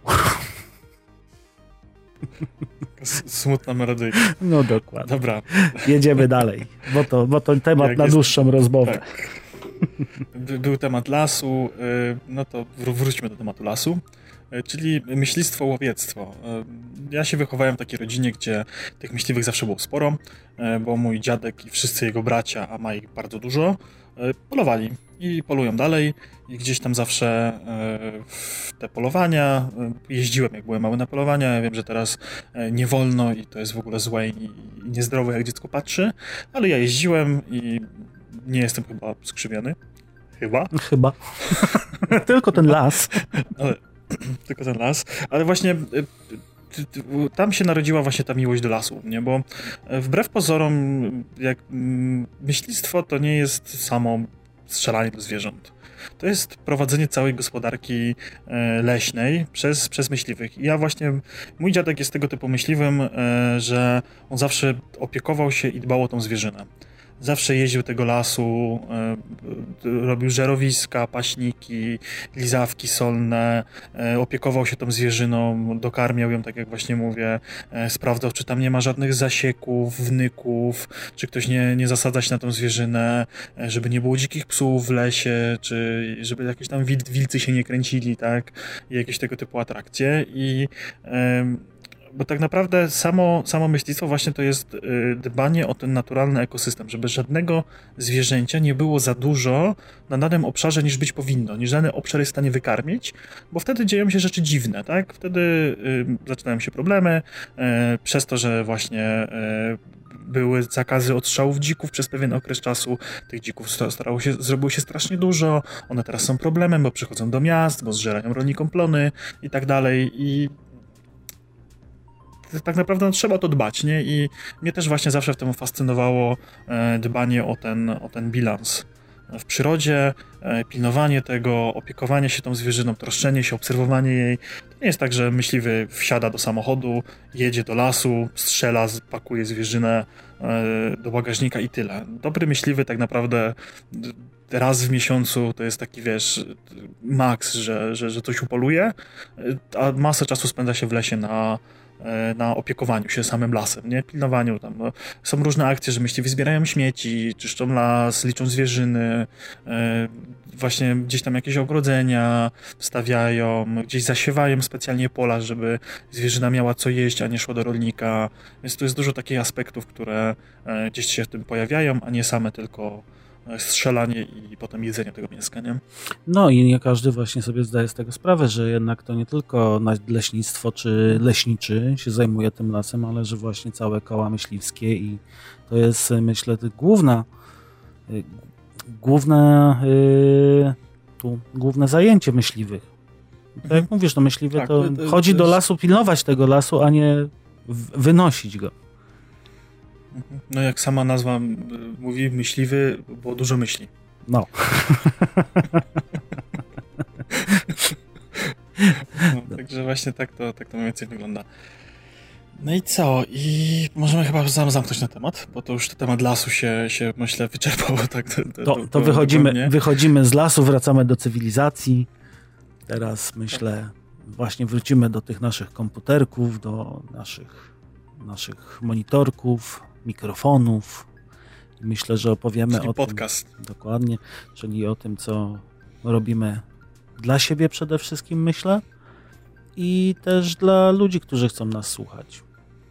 Smutna melodyjka. No dokładnie. Dobra. Jedziemy dalej, bo to, bo to temat Jak na jest... dłuższą rozmowę. Tak. Był temat lasu, no to wróćmy do tematu lasu, czyli myślistwo, łowiectwo. Ja się wychowałem w takiej rodzinie, gdzie tych myśliwych zawsze było sporo, bo mój dziadek i wszyscy jego bracia, a ma ich bardzo dużo, polowali i polują dalej i gdzieś tam zawsze w te polowania jeździłem, jak byłem mały na polowania. Ja wiem, że teraz nie wolno i to jest w ogóle złe i niezdrowe, jak dziecko patrzy, ale ja jeździłem i nie jestem chyba skrzywiony. Chyba. Chyba. Tylko ten las. Ale, tylko ten las. Ale właśnie tam się narodziła właśnie ta miłość do lasu, nie? Bo wbrew pozorom, jak myślistwo to nie jest samo strzelanie do zwierząt. To jest prowadzenie całej gospodarki leśnej przez, przez myśliwych. I ja właśnie, mój dziadek jest tego typu myśliwym, że on zawsze opiekował się i dbał o tą zwierzynę. Zawsze jeździł do tego lasu, e, robił żerowiska, paśniki, lizawki solne, e, opiekował się tą zwierzyną, dokarmiał ją, tak jak właśnie mówię, e, sprawdzał, czy tam nie ma żadnych zasieków, wnyków, czy ktoś nie, nie zasadza się na tą zwierzynę, e, żeby nie było dzikich psów w lesie, czy żeby jakieś tam wil, wilcy się nie kręcili, tak, i jakieś tego typu atrakcje i e, bo tak naprawdę samo, samo myślistwo właśnie to jest dbanie o ten naturalny ekosystem, żeby żadnego zwierzęcia nie było za dużo na danym obszarze niż być powinno, niż dany obszar jest w stanie wykarmić, bo wtedy dzieją się rzeczy dziwne, tak? Wtedy y, zaczynają się problemy, y, przez to, że właśnie y, były zakazy odstrzałów dzików przez pewien okres czasu, tych dzików starało się, zrobiło się strasznie dużo, one teraz są problemem, bo przychodzą do miast, bo zżerają rolnikom plony i tak dalej i tak naprawdę no, trzeba to dbać, nie? I mnie też właśnie zawsze w tym fascynowało e, dbanie o ten, o ten bilans w przyrodzie, pilnowanie tego, opiekowanie się tą zwierzyną, troszczenie się, obserwowanie jej. To nie jest tak, że myśliwy wsiada do samochodu, jedzie do lasu, strzela, pakuje zwierzynę do bagażnika i tyle. Dobry myśliwy tak naprawdę raz w miesiącu to jest taki, wiesz, maks, że, że, że coś upoluje, a masę czasu spędza się w lesie na na opiekowaniu się samym lasem, nie? Pilnowaniu tam. No. Są różne akcje, że myśliwi zbierają śmieci, czyszczą las, liczą zwierzyny, e, właśnie gdzieś tam jakieś ogrodzenia stawiają, gdzieś zasiewają specjalnie pola, żeby zwierzyna miała co jeść, a nie szło do rolnika. Więc tu jest dużo takich aspektów, które e, gdzieś się w tym pojawiają, a nie same tylko strzelanie i potem jedzenie tego mięska, nie? No i nie każdy właśnie sobie zdaje z tego sprawę, że jednak to nie tylko leśnictwo czy leśniczy się zajmuje tym lasem, ale że właśnie całe koła myśliwskie i to jest, myślę, główna główne tu, główne zajęcie myśliwych. Tak jak mówisz, no myśliwy tak, to, to chodzi to jest... do lasu pilnować tego lasu, a nie wynosić go. No jak sama nazwa mówi, myśliwy, bo dużo myśli. No. no także właśnie tak to, tak to mniej więcej wygląda. No i co? I możemy chyba zam zamknąć na temat, bo to już temat lasu się, się myślę, wyczerpał. Tak, to, to, to, to wychodzimy, wychodzimy z lasu, wracamy do cywilizacji. Teraz myślę, właśnie wrócimy do tych naszych komputerków, do naszych, naszych monitorków, mikrofonów. Myślę, że opowiemy czyli o podcast. tym. Dokładnie, czyli o tym, co robimy dla siebie przede wszystkim, myślę, i też dla ludzi, którzy chcą nas słuchać.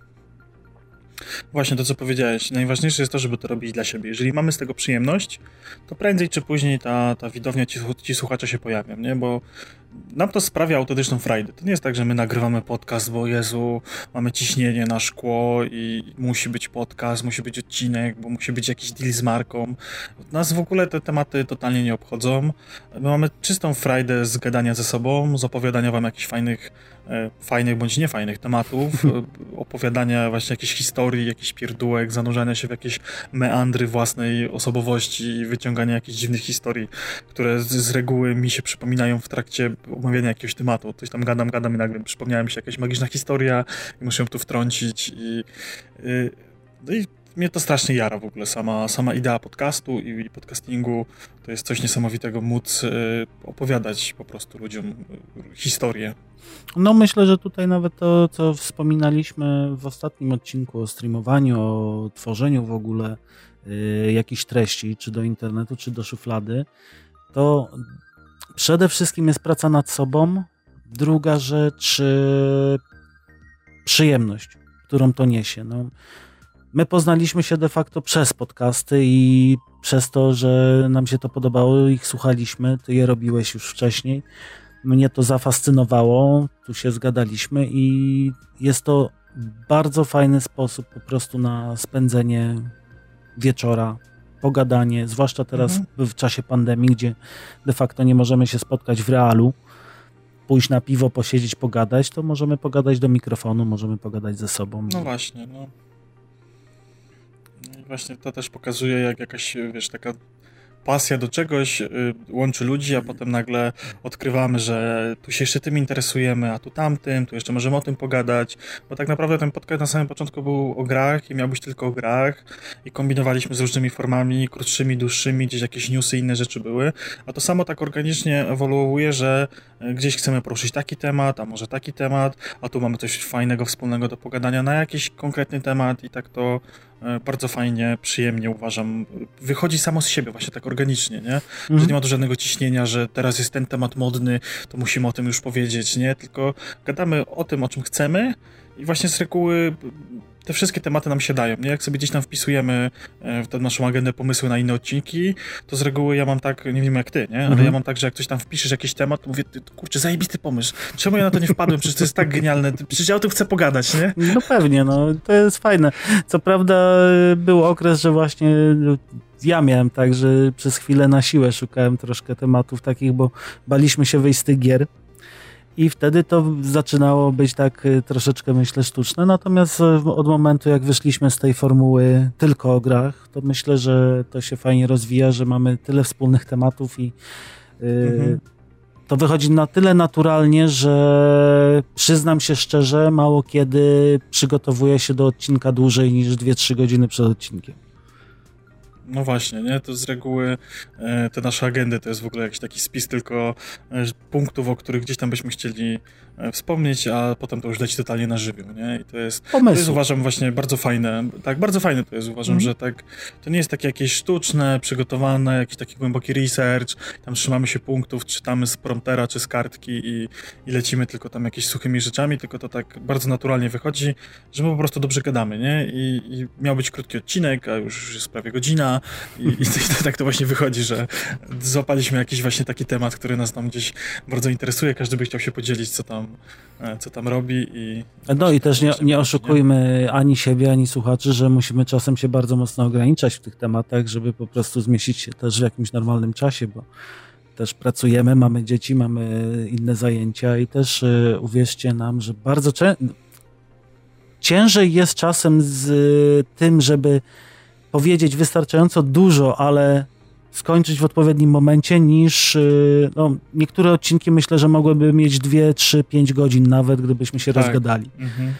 Właśnie to, co powiedziałeś. Najważniejsze jest to, żeby to robić dla siebie. Jeżeli mamy z tego przyjemność, to prędzej czy później ta, ta widownia, ci, ci słuchacze się pojawią, nie? Bo nam to sprawia autentyczną frajdę. To nie jest tak, że my nagrywamy podcast, bo Jezu, mamy ciśnienie na szkło i musi być podcast, musi być odcinek, bo musi być jakiś deal z marką. Nas w ogóle te tematy totalnie nie obchodzą. My mamy czystą frajdę z gadania ze sobą, z opowiadania wam jakichś fajnych, e, fajnych bądź niefajnych tematów, opowiadania właśnie jakichś historii, jakichś pierdółek, zanurzania się w jakieś meandry własnej osobowości i wyciągania jakichś dziwnych historii, które z, z reguły mi się przypominają w trakcie omawiania jakiegoś tematu. Coś tam gadam, gadam i nagle przypomniała mi się jakaś magiczna historia i muszę ją tu wtrącić i, i, no i mnie to strasznie jara w ogóle, sama, sama idea podcastu i, i podcastingu. To jest coś niesamowitego móc y, opowiadać po prostu ludziom y, historię. No myślę, że tutaj nawet to, co wspominaliśmy w ostatnim odcinku o streamowaniu, o tworzeniu w ogóle y, jakichś treści, czy do internetu, czy do szuflady, to przede wszystkim jest praca nad sobą. Druga rzecz, y, przyjemność, którą to niesie. No, my poznaliśmy się de facto przez podcasty i przez to, że nam się to podobało, ich słuchaliśmy, ty je robiłeś już wcześniej. Mnie to zafascynowało, tu się zgadaliśmy i jest to bardzo fajny sposób po prostu na spędzenie wieczora, pogadanie, zwłaszcza teraz mhm. w czasie pandemii, gdzie de facto nie możemy się spotkać w realu, pójść na piwo, posiedzieć, pogadać, to możemy pogadać do mikrofonu, możemy pogadać ze sobą. No właśnie, no. I właśnie to też pokazuje, jak jakaś, wiesz, taka pasja do czegoś y, łączy ludzi, a potem nagle odkrywamy, że tu się jeszcze tym interesujemy, a tu tamtym, tu jeszcze możemy o tym pogadać, bo tak naprawdę ten podcast na samym początku był o grach i miał być tylko o grach i kombinowaliśmy z różnymi formami, krótszymi, dłuższymi, gdzieś jakieś newsy, inne rzeczy były, a to samo tak organicznie ewoluuje, że gdzieś chcemy poruszyć taki temat, a może taki temat, a tu mamy coś fajnego, wspólnego do pogadania na jakiś konkretny temat i tak to bardzo fajnie, przyjemnie uważam. Wychodzi samo z siebie, właśnie tak organicznie, nie? Mhm. Że nie ma tu żadnego ciśnienia, że teraz jest ten temat modny, to musimy o tym już powiedzieć, nie? Tylko gadamy o tym, o czym chcemy i właśnie z reguły te wszystkie tematy nam się dają, nie? Jak sobie gdzieś tam wpisujemy w tę naszą agendę pomysły na inne odcinki, to z reguły ja mam tak, nie wiem jak ty, nie? Ale mhm. ja mam tak, że jak ktoś tam wpiszesz jakiś temat, to mówię, kurczę, zajebisty pomysł. Czemu ja na to nie wpadłem? Przecież to jest tak genialne. Przecież ja o tym chcę pogadać, nie? No pewnie, no. To jest fajne. Co prawda był okres, że właśnie ja miałem tak, że przez chwilę na siłę szukałem troszkę tematów takich, bo baliśmy się wyjść z tych gier. I wtedy to zaczynało być tak troszeczkę, myślę, sztuczne. Natomiast od momentu, jak wyszliśmy z tej formuły tylko o grach, to myślę, że to się fajnie rozwija, że mamy tyle wspólnych tematów i yy, mhm. to wychodzi na tyle naturalnie, że przyznam się szczerze, mało kiedy przygotowuję się do odcinka dłużej niż dwie trzy godziny przed odcinkiem. No właśnie, nie? To z reguły e, te nasze agendy to jest w ogóle jakiś taki spis tylko e, punktów, o których gdzieś tam byśmy chcieli e, wspomnieć, a potem to już leci totalnie na żywioł, nie? I to jest, to jest uważam właśnie bardzo fajne. Tak, bardzo fajne to jest. Uważam, mm. że tak, to nie jest takie jakieś sztuczne, przygotowane, jakiś taki głęboki research, tam trzymamy się punktów, czytamy z promptera czy z kartki i, i lecimy tylko tam jakimiś suchymi rzeczami, tylko to tak bardzo naturalnie wychodzi, że my po prostu dobrze gadamy, nie? I, i miał być krótki odcinek, a już jest prawie godzina, I, i to, tak to właśnie wychodzi, że złapaliśmy jakiś właśnie taki temat, który nas tam gdzieś bardzo interesuje, każdy by chciał się podzielić, co tam, co tam robi. I no i też nie, nie oszukujmy nie? ani siebie, ani słuchaczy, że musimy czasem się bardzo mocno ograniczać w tych tematach, żeby po prostu zmieścić się też w jakimś normalnym czasie, bo też pracujemy, mamy dzieci, mamy inne zajęcia i też yy, uwierzcie nam, że bardzo często ciężej jest czasem z y, tym, żeby powiedzieć wystarczająco dużo, ale skończyć w odpowiednim momencie, niż no, niektóre odcinki myślę, że mogłyby mieć dwie, trzy, pięć godzin nawet, gdybyśmy się tak. rozgadali. Mhm.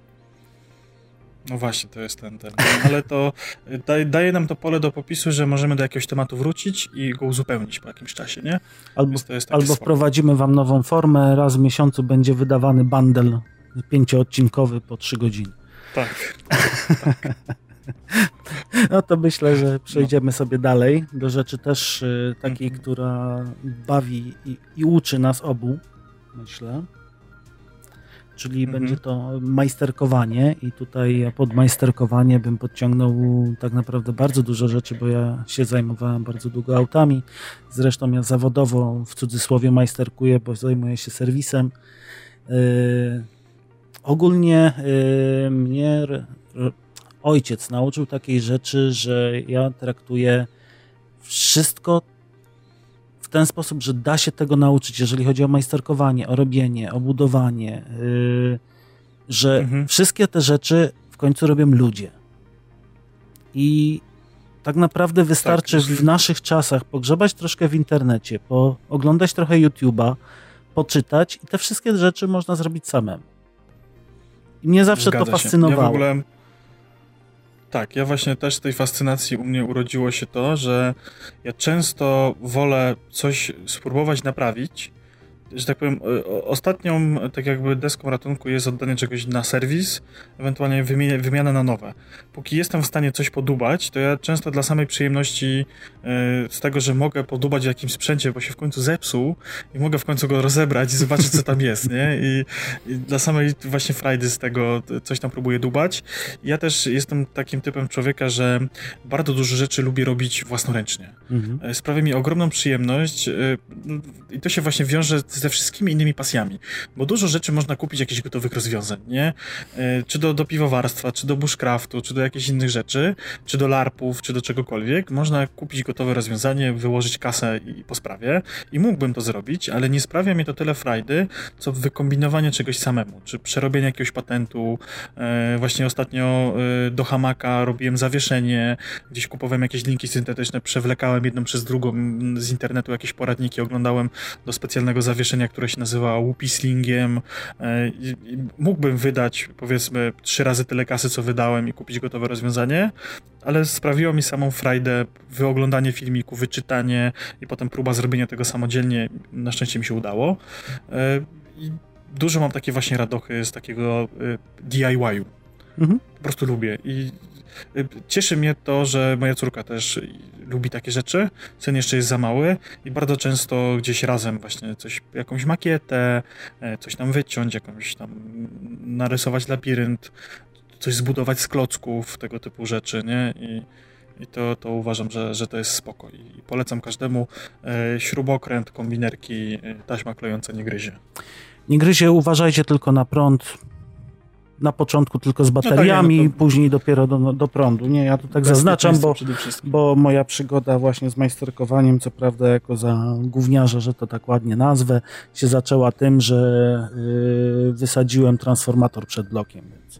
No właśnie, to jest ten, ten. Ale to daje, daje nam to pole do popisu, że możemy do jakiegoś tematu wrócić i go uzupełnić po jakimś czasie, nie? Albo, albo wprowadzimy wam nową formę, raz w miesiącu będzie wydawany bundle pięcioodcinkowy po trzy godziny. Tak. tak. No to myślę, że przejdziemy no. sobie dalej do rzeczy też y, takiej, mm-hmm. która bawi i, i uczy nas obu, myślę. Czyli mm-hmm. będzie to majsterkowanie i tutaj pod majsterkowanie bym podciągnął tak naprawdę bardzo dużo rzeczy, bo ja się zajmowałem bardzo długo autami. Zresztą ja zawodowo w cudzysłowie majsterkuję, bo zajmuję się serwisem. Yy, ogólnie yy, mnie... Ojciec nauczył takiej rzeczy, że ja traktuję wszystko w ten sposób, że da się tego nauczyć, jeżeli chodzi o majsterkowanie, o robienie, o budowanie, yy, że mhm. wszystkie te rzeczy w końcu robią ludzie. I tak naprawdę wystarczy tak, w naszych czasach pogrzebać troszkę w internecie, pooglądać trochę YouTube'a, poczytać i te wszystkie rzeczy można zrobić samemu. I mnie zawsze Zgadza to fascynowało. Ja w ogóle... Tak, ja właśnie też z tej fascynacji u mnie urodziło się to, że ja często wolę coś spróbować naprawić, że tak powiem, ostatnią tak jakby deską ratunku jest oddanie czegoś na serwis, ewentualnie wymiana, wymiana na nowe. Póki jestem w stanie coś podubać, to ja często dla samej przyjemności yy, z tego, że mogę podubać w jakimś sprzęcie, bo się w końcu zepsuł i mogę w końcu go rozebrać i zobaczyć, co tam jest, nie? I, i dla samej właśnie frajdy z tego coś tam próbuję dubać. Ja też jestem takim typem człowieka, że bardzo dużo rzeczy lubię robić własnoręcznie. Mhm. Sprawia mi ogromną przyjemność yy, i to się właśnie wiąże z ze wszystkimi innymi pasjami, bo dużo rzeczy można kupić, jakichś gotowych rozwiązań, nie? Yy, czy do, do piwowarstwa, czy do bushcraftu, czy do jakichś innych rzeczy, czy do larpów, czy do czegokolwiek. Można kupić gotowe rozwiązanie, wyłożyć kasę i, i po sprawie i mógłbym to zrobić, ale nie sprawia mi to tyle frajdy, co wykombinowanie czegoś samemu, czy przerobienie jakiegoś patentu. Yy, właśnie ostatnio yy, do hamaka robiłem zawieszenie, gdzieś kupowałem jakieś linki syntetyczne, przewlekałem jedną przez drugą z internetu jakieś poradniki, oglądałem do specjalnego zawieszenia, które się nazywa łupislingiem. Mógłbym wydać, powiedzmy, trzy razy tyle kasy, co wydałem i kupić gotowe rozwiązanie, ale sprawiło mi samą frajdę wyoglądanie filmiku, wyczytanie i potem próba zrobienia tego samodzielnie. Na szczęście mi się udało. I dużo mam takie właśnie radochy z takiego D I Y-u. Mhm. Po prostu lubię. I cieszy mnie to, że moja córka też lubi takie rzeczy, syn jeszcze jest za mały i bardzo często gdzieś razem właśnie coś, jakąś makietę, coś tam wyciąć, jakąś tam narysować labirynt, coś zbudować z klocków, tego typu rzeczy, nie? I, i to, to uważam, że, że to jest spoko. I polecam każdemu e, śrubokręt, kombinerki, taśma klejąca nie gryzie. Nie gryzie, uważajcie tylko na prąd. na początku tylko z bateriami, no tak, no to... później dopiero do, do prądu. Nie, ja to tak zaznaczam, bo, bo moja przygoda właśnie z majsterkowaniem, co prawda jako za gówniarza, że to tak ładnie nazwę, się zaczęła tym, że yy, wysadziłem transformator przed blokiem. Więc...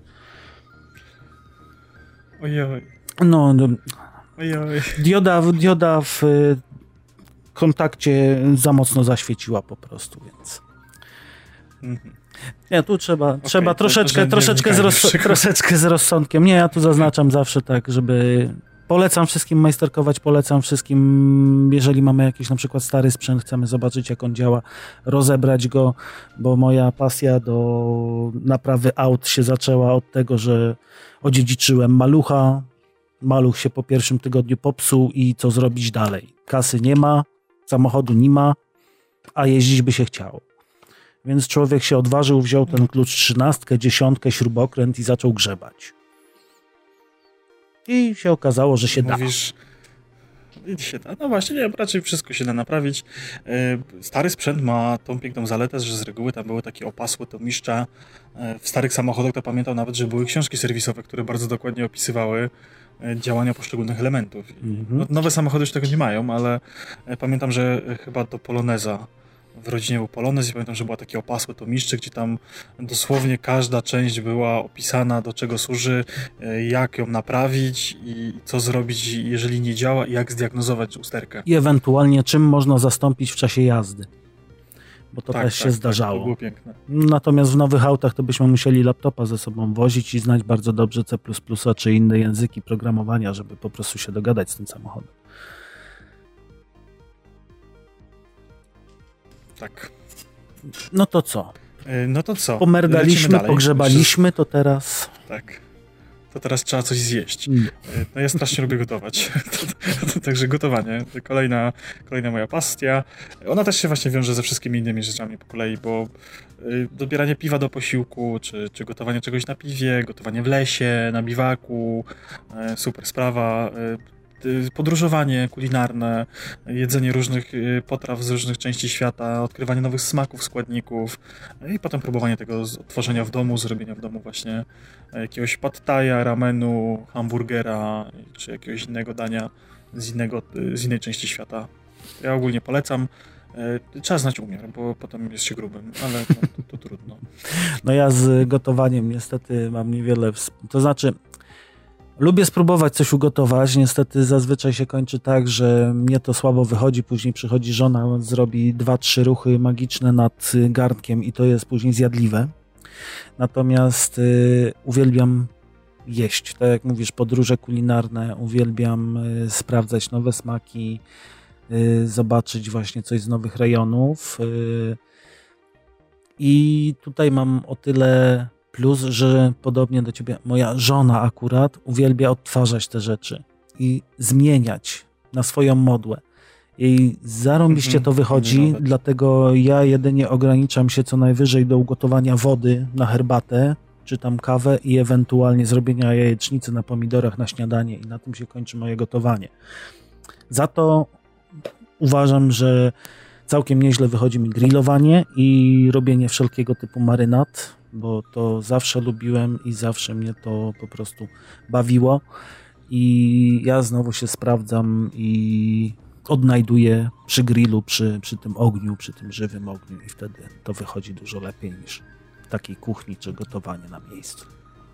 Ojoj. No, no Ojoj. Dioda, dioda w kontakcie za mocno zaświeciła po prostu, więc... Mhm. Nie, tu trzeba, okay, trzeba troszeczkę, troszeczkę, z roz, troszeczkę z rozsądkiem. Nie, ja tu zaznaczam zawsze tak, żeby... Polecam wszystkim majsterkować, polecam wszystkim, jeżeli mamy jakiś na przykład stary sprzęt, chcemy zobaczyć jak on działa, rozebrać go, bo moja pasja do naprawy aut się zaczęła od tego, że odziedziczyłem malucha, maluch się po pierwszym tygodniu popsuł i co zrobić dalej? Kasy nie ma, samochodu nie ma, a jeździć by się chciało. Więc człowiek się odważył, wziął ten klucz trzynastkę, dziesiątkę, śrubokręt i zaczął grzebać. I się okazało, że się Mówisz, da. Się da. No właśnie, nie, raczej wszystko się da naprawić. Stary sprzęt ma tą piękną zaletę, że z reguły tam były takie opasłe tomiszcza. W starych samochodach to pamiętam nawet, że były książki serwisowe, które bardzo dokładnie opisywały działania poszczególnych elementów. Mm-hmm. No, nowe samochody już tego nie mają, ale pamiętam, że chyba do Poloneza w rodzinie był Polonez i pamiętam, że była takie opasłe tomiszcze, gdzie tam dosłownie każda część była opisana, do czego służy, jak ją naprawić i co zrobić, jeżeli nie działa, i jak zdiagnozować usterkę. I ewentualnie czym można zastąpić w czasie jazdy. Bo to tak, też tak, się tak, zdarzało. To było piękne. Natomiast w nowych autach to byśmy musieli laptopa ze sobą wozić i znać bardzo dobrze C plus plus czy inne języki programowania, żeby po prostu się dogadać z tym samochodem. Tak. No to co? No to co? Pomerdaliśmy, pogrzebaliśmy, to teraz... Tak. To teraz trzeba coś zjeść. No ja strasznie lubię gotować. Także gotowanie. To kolejna, kolejna moja pasja. Ona też się właśnie wiąże ze wszystkimi innymi rzeczami po kolei, bo dobieranie piwa do posiłku, czy, czy gotowanie czegoś na piwie, gotowanie w lesie, na biwaku, super sprawa. Podróżowanie kulinarne, jedzenie różnych potraw z różnych części świata, odkrywanie nowych smaków, składników i potem próbowanie tego odtworzenia w domu, zrobienia w domu właśnie jakiegoś pad thaja, ramenu, hamburgera czy jakiegoś innego dania z, innego, z innej części świata. Ja ogólnie polecam. Trzeba znać umiar, bo potem jest się grubym, ale no, to, to trudno. No ja z gotowaniem niestety mam niewiele, wsp- to znaczy lubię spróbować coś ugotować, niestety zazwyczaj się kończy tak, że mnie to słabo wychodzi, później przychodzi żona, zrobi dwa, trzy ruchy magiczne nad garnkiem i to jest później zjadliwe. Natomiast y, uwielbiam jeść, tak jak mówisz, podróże kulinarne, uwielbiam y, sprawdzać nowe smaki, y, zobaczyć właśnie coś z nowych rejonów y, i tutaj mam o tyle plus, że podobnie do ciebie, moja żona akurat uwielbia odtwarzać te rzeczy i zmieniać na swoją modłę. Jej zarąbiście mm-hmm. to wychodzi, dlatego ja jedynie ograniczam się co najwyżej do ugotowania wody na herbatę, czy tam kawę i ewentualnie zrobienia jajecznicy na pomidorach na śniadanie i na tym się kończy moje gotowanie. Za to uważam, że całkiem nieźle wychodzi mi grillowanie i robienie wszelkiego typu marynat, bo to zawsze lubiłem i zawsze mnie to po prostu bawiło i ja znowu się sprawdzam i odnajduję przy grillu, przy, przy tym ogniu, przy tym żywym ogniu i wtedy to wychodzi dużo lepiej niż w takiej kuchni czy gotowanie na miejscu.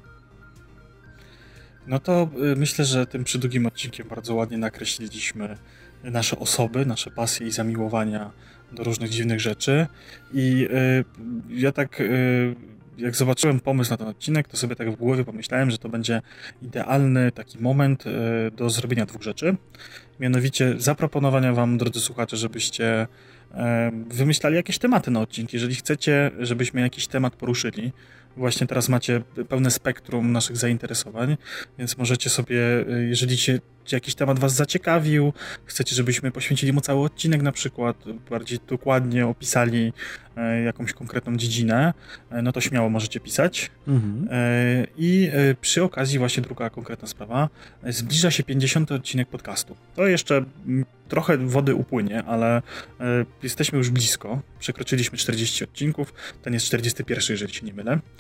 No to myślę, że tym przydługim odcinkiem bardzo ładnie nakreśliliśmy nasze osoby, nasze pasje i zamiłowania do różnych dziwnych rzeczy i y, ja tak y, jak zobaczyłem pomysł na ten odcinek, to sobie tak w głowie pomyślałem, że to będzie idealny taki moment y, do zrobienia dwóch rzeczy. Mianowicie zaproponowania wam, drodzy słuchacze, żebyście y, wymyślali jakieś tematy na odcinki. Jeżeli chcecie, żebyśmy jakiś temat poruszyli, właśnie teraz macie pełne spektrum naszych zainteresowań, więc możecie sobie, jeżeli się jakiś temat was zaciekawił, chcecie, żebyśmy poświęcili mu cały odcinek na przykład, bardziej dokładnie opisali jakąś konkretną dziedzinę, no to śmiało możecie pisać. Mhm. I przy okazji właśnie druga konkretna sprawa, zbliża się pięćdziesiąty odcinek podcastu. To jeszcze trochę wody upłynie, ale jesteśmy już blisko. Przekroczyliśmy czterdzieści odcinków, ten jest czterdziesty pierwszy, jeżeli się nie mylę.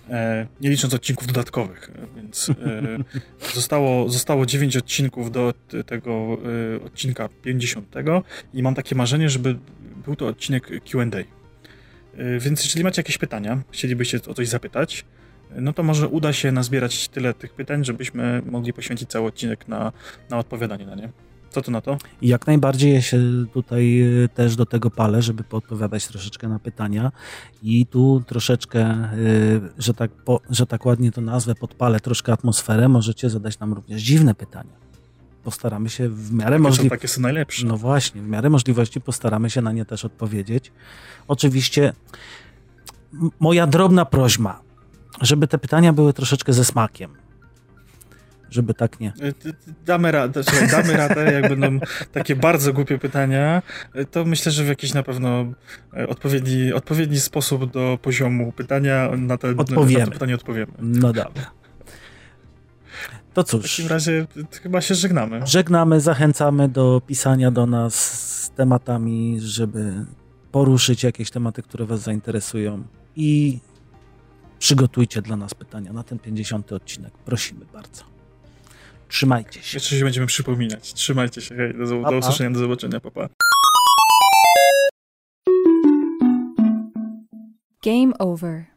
e, nie licząc odcinków dodatkowych, więc e, zostało, zostało dziewięć odcinków do t- tego e, odcinka pięćdziesiątego i mam takie marzenie, żeby był to odcinek Q and A. E, więc jeżeli macie jakieś pytania, chcielibyście o coś zapytać, no to może uda się nazbierać tyle tych pytań, żebyśmy mogli poświęcić cały odcinek na, na odpowiadanie na nie. Co ty na to? Jak najbardziej ja się tutaj też do tego palę, żeby poodpowiadać troszeczkę na pytania i tu troszeczkę, że tak, po, że tak ładnie to nazwę, podpalę troszkę atmosferę, możecie zadać nam również dziwne pytania. Postaramy się w miarę możliwości... Takie są najlepsze. No właśnie, w miarę możliwości postaramy się na nie też odpowiedzieć. Oczywiście m- moja drobna prośba, żeby te pytania były troszeczkę ze smakiem. Żeby tak nie... Damy radę, słuchaj, damy radę, jak będą takie bardzo głupie pytania, to myślę, że w jakiś na pewno odpowiedni, odpowiedni sposób do poziomu pytania na, te, na to pytanie odpowiemy. No dobra. To cóż. W takim razie chyba się żegnamy. Żegnamy, zachęcamy do pisania do nas z tematami, żeby poruszyć jakieś tematy, które was zainteresują i przygotujcie dla nas pytania na ten pięćdziesiąty odcinek. Prosimy bardzo. Trzymajcie się. Jeszcze się będziemy przypominać. Trzymajcie się. Hej, do, do usłyszenia, do zobaczenia. Pa, pa. Game over.